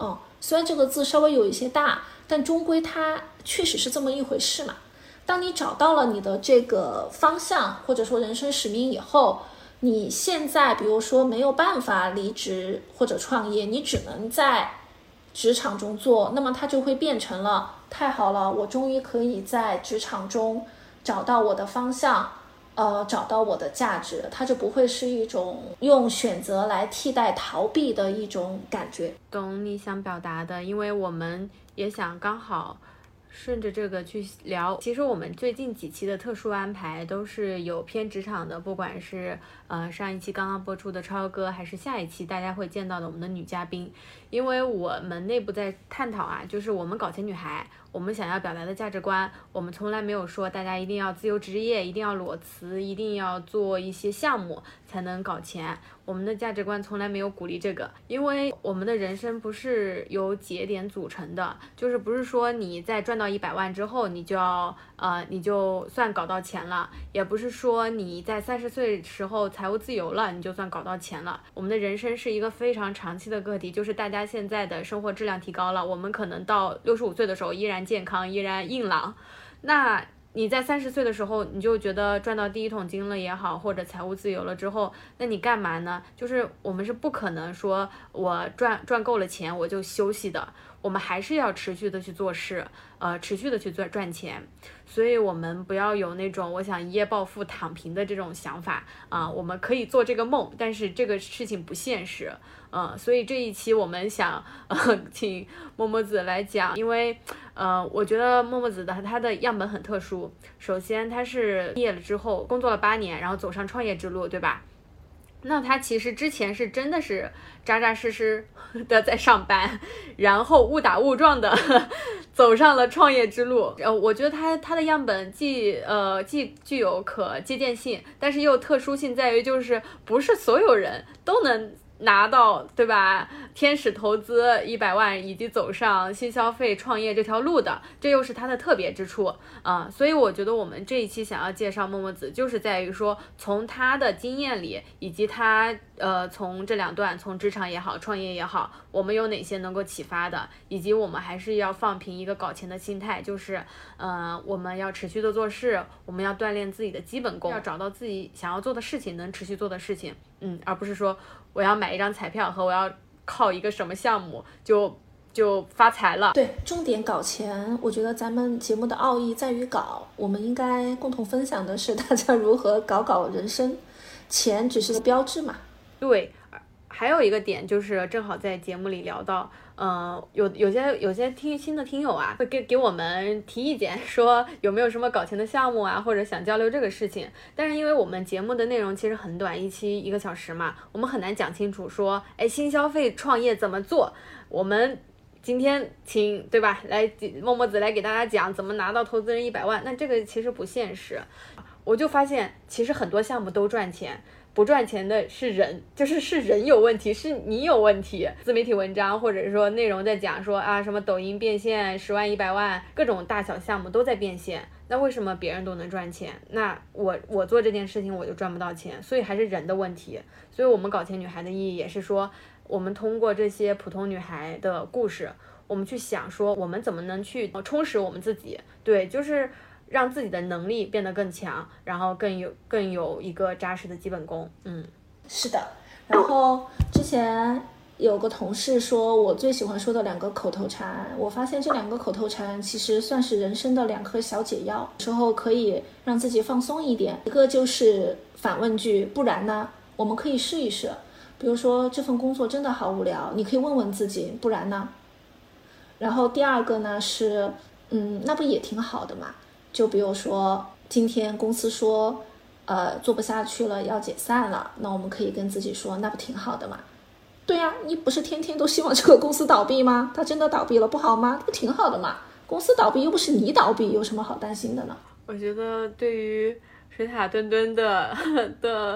虽然这个字稍微有一些大，但终归它确实是这么一回事嘛。当你找到了你的这个方向或者说人生使命以后，你现在比如说没有办法离职或者创业，你只能在职场中做，那么它就会变成了太好了，我终于可以在职场中找到我的方向，找到我的价值，它就不会是一种用选择来替代逃避的一种感觉。 懂你想表达的，因为我们也想刚好顺着这个去聊。其实我们最近几期的特殊安排都是有偏职场的，不管是上一期刚刚播出的超哥，还是下一期大家会见到的我们的女嘉宾。因为我们内部在探讨啊，就是我们搞钱女孩，我们想要表达的价值观，我们从来没有说大家一定要自由职业，一定要裸辞，一定要做一些项目才能搞钱。我们的价值观从来没有鼓励这个，因为我们的人生不是由节点组成的，就是不是说你在赚到100万之后你就算搞到钱了，也不是说你在30岁时候财务自由了你就算搞到钱了。我们的人生是一个非常长期的个体，就是大家现在的生活质量提高了，我们可能到65岁的时候依然健康，依然硬朗。那你在30岁的时候，你就觉得赚到第一桶金了也好，或者财务自由了之后，那你干嘛呢？就是我们是不可能说我赚够了钱我就休息的，我们还是要持续的去做事，持续的去赚钱。所以我们不要有那种我想一夜暴富躺平的这种想法啊，我们可以做这个梦，但是这个事情不现实。所以这一期我们想请默默子来讲，因为我觉得默默子她的样本很特殊。首先她是毕业了之后工作了8年，然后走上创业之路，对吧？那他其实之前是真的是扎扎实实的在上班，然后误打误撞的走上了创业之路。我觉得他的样本既具有可借鉴性，但是又特殊性在于就是不是所有人都能拿到，对吧？天使投资100万以及走上新消费创业这条路的，这又是它的特别之处所以我觉得我们这一期想要介绍默默子，就是在于说从他的经验里，以及他从这2段，从职场也好，创业也好，我们有哪些能够启发的，以及我们还是要放平一个搞钱的心态，就是我们要持续的做事，我们要锻炼自己的基本功，要找到自己想要做的事情，能持续做的事情，而不是说我要买一张彩票和我要靠一个什么项目就发财了。 对，重点搞钱，我觉得咱们节目的奥义在于搞，我们应该共同分享的是大家如何搞人生，钱只是个标志嘛。 对，还有一个点就是正好在节目里聊到有些新的听友啊，会给我们提意见，说有没有什么搞钱的项目啊，或者想交流这个事情。但是因为我们节目的内容其实很短，一期1个小时嘛，我们很难讲清楚说，新消费创业怎么做。我们今天请对吧，默默子来给大家讲怎么拿到投资人100万，那这个其实不现实。我就发现其实很多项目都赚钱，不赚钱的是人，是人有问题，是你有问题。自媒体文章或者说内容在讲说什么抖音变现10万100万，各种大小项目都在变现，那为什么别人都能赚钱，那我做这件事情我就赚不到钱？所以还是人的问题。所以我们搞钱女孩的意义也是说，我们通过这些普通女孩的故事，我们去想说我们怎么能去充实我们自己，对，就是让自己的能力变得更强，然后更有一个扎实的基本功。 是的。然后之前有个同事说我最喜欢说的2个口头禅，我发现这2个口头禅其实算是人生的2颗小解药，有时候可以让自己放松一点。一个就是反问句，不然呢？我们可以试一试。比如说这份工作真的好无聊，你可以问问自己，不然呢？然后第2个呢是那不也挺好的嘛？就比如说今天公司说做不下去了要解散了，那我们可以跟自己说，那不挺好的嘛？对呀，你不是天天都希望这个公司倒闭吗？它真的倒闭了不好吗？不挺好的嘛？公司倒闭又不是你倒闭，有什么好担心的呢？ 我觉得对于水塔墩墩的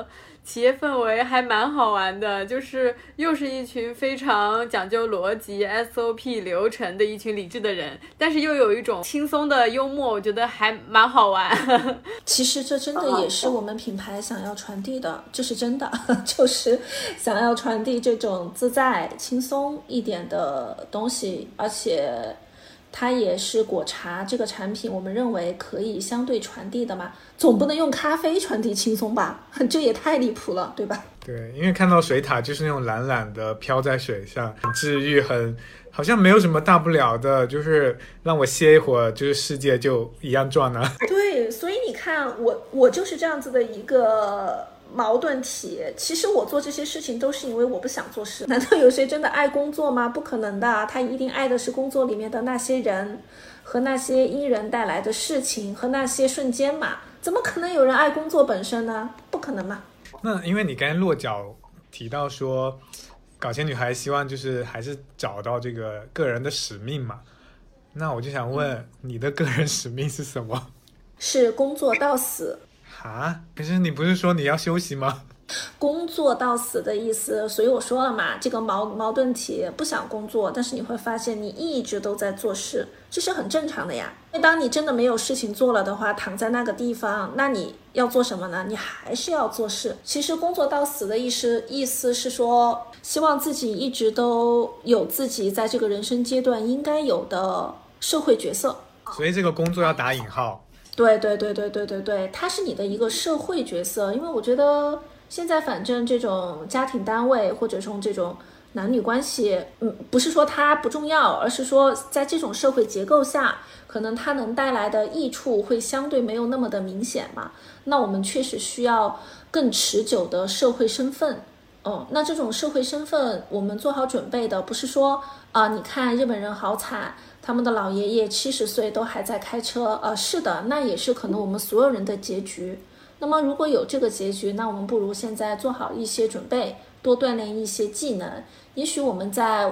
企业氛围还蛮好玩的，就是又是一群非常讲究逻辑 SOP 流程的一群理智的人，但是又有一种轻松的幽默，我觉得还蛮好玩。 其实这真的也是我们品牌想要传递的，这是真的，就是想要传递这种自在轻松一点的东西，而且它也是果茶这个产品我们认为可以相对传递的嘛，总不能用咖啡传递轻松吧，这也太离谱了，对吧？ 对，因为看到水獭就是那种懒懒的飘在水上，很治愈，好像没有什么大不了的，就是让我歇一会儿，就是世界就一样转了。 对，所以你看我就是这样子的一个矛盾体。其实我做这些事情都是因为我不想做事。难道有谁真的爱工作吗？不可能的，他一定爱的是工作里面的那些人和那些因人带来的事情和那些瞬间嘛。怎么可能有人爱工作本身呢？不可能嘛。 那因为你刚才落脚提到说搞钱女孩希望就是还是找到这个个人的使命嘛，那我就想问你的个人使命是什么？ 是工作到死。 啊？可是你不是说你要休息吗？ 工作到死的意思，所以我说了嘛，这个矛盾体，不想工作，但是你会发现你一直都在做事，这是很正常的呀。当你真的没有事情做了的话，躺在那个地方，那你要做什么呢？你还是要做事。其实工作到死的意思是说，希望自己一直都有自己在这个人生阶段应该有的社会角色。 所以这个工作要打引号。 对，它是你的一个社会角色。因为我觉得现在反正这种家庭单位或者说这种男女关系，不是说它不重要，而是说在这种社会结构下，可能它能带来的益处会相对没有那么的明显嘛。那我们确实需要更持久的社会身份。那这种社会身份我们做好准备的，不是说你看日本人好惨，他们的老爷爷70岁都还在开车，是的，那也是可能我们所有人的结局。那么如果有这个结局，那我们不如现在做好一些准备，多锻炼一些技能。也许我们在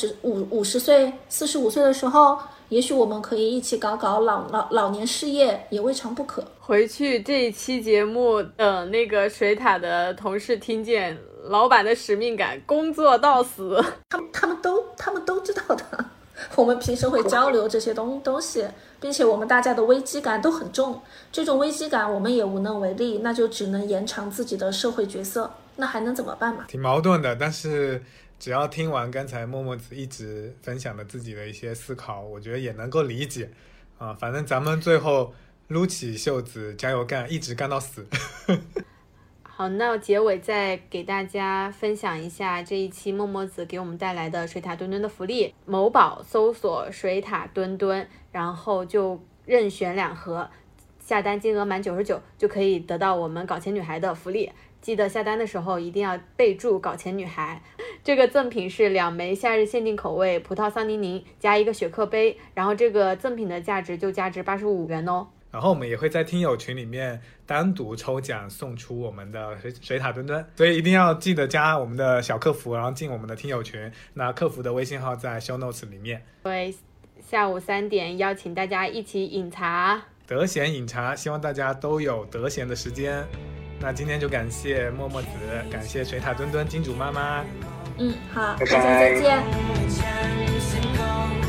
50岁、45岁的时候，也许我们可以一起搞老年事业，也未尝不可。 回去这一期节目等那个水塔的同事听见老板的使命感，工作到死， 他们都知道的。我们平时会交流这些东西，并且我们大家的危机感都很重，这种危机感我们也无能为力，那就只能延长自己的社会角色，那还能怎么办嘛？ 挺矛盾的，但是只要听完刚才默默子一直分享的自己的一些思考，我觉得也能够理解反正咱们最后撸起袖子加油干，一直干到死。 好，那结尾再给大家分享一下这一期默默子给我们带来的水塔墩墩的福利。某宝搜索水塔墩墩，然后就任选2盒，下单金额满99就可以得到我们搞钱女孩的福利。记得下单的时候一定要备注搞钱女孩。这个赠品是2枚夏日限定口味葡萄桑泥柠加1个雪克杯，然后这个赠品的价值就价值85元哦。 然后我们也会在听友群里面单独抽奖送出我们的水塔墩墩，所以一定要记得加我们的小客服，然后进我们的听友群。那客服的微信号在 show notes 里面。 对，下午3点邀请大家一起饮茶， 得闲饮茶，希望大家都有得闲的时间。那今天就感谢默默子，感谢水塔墩墩金主妈妈。 好，大家再见。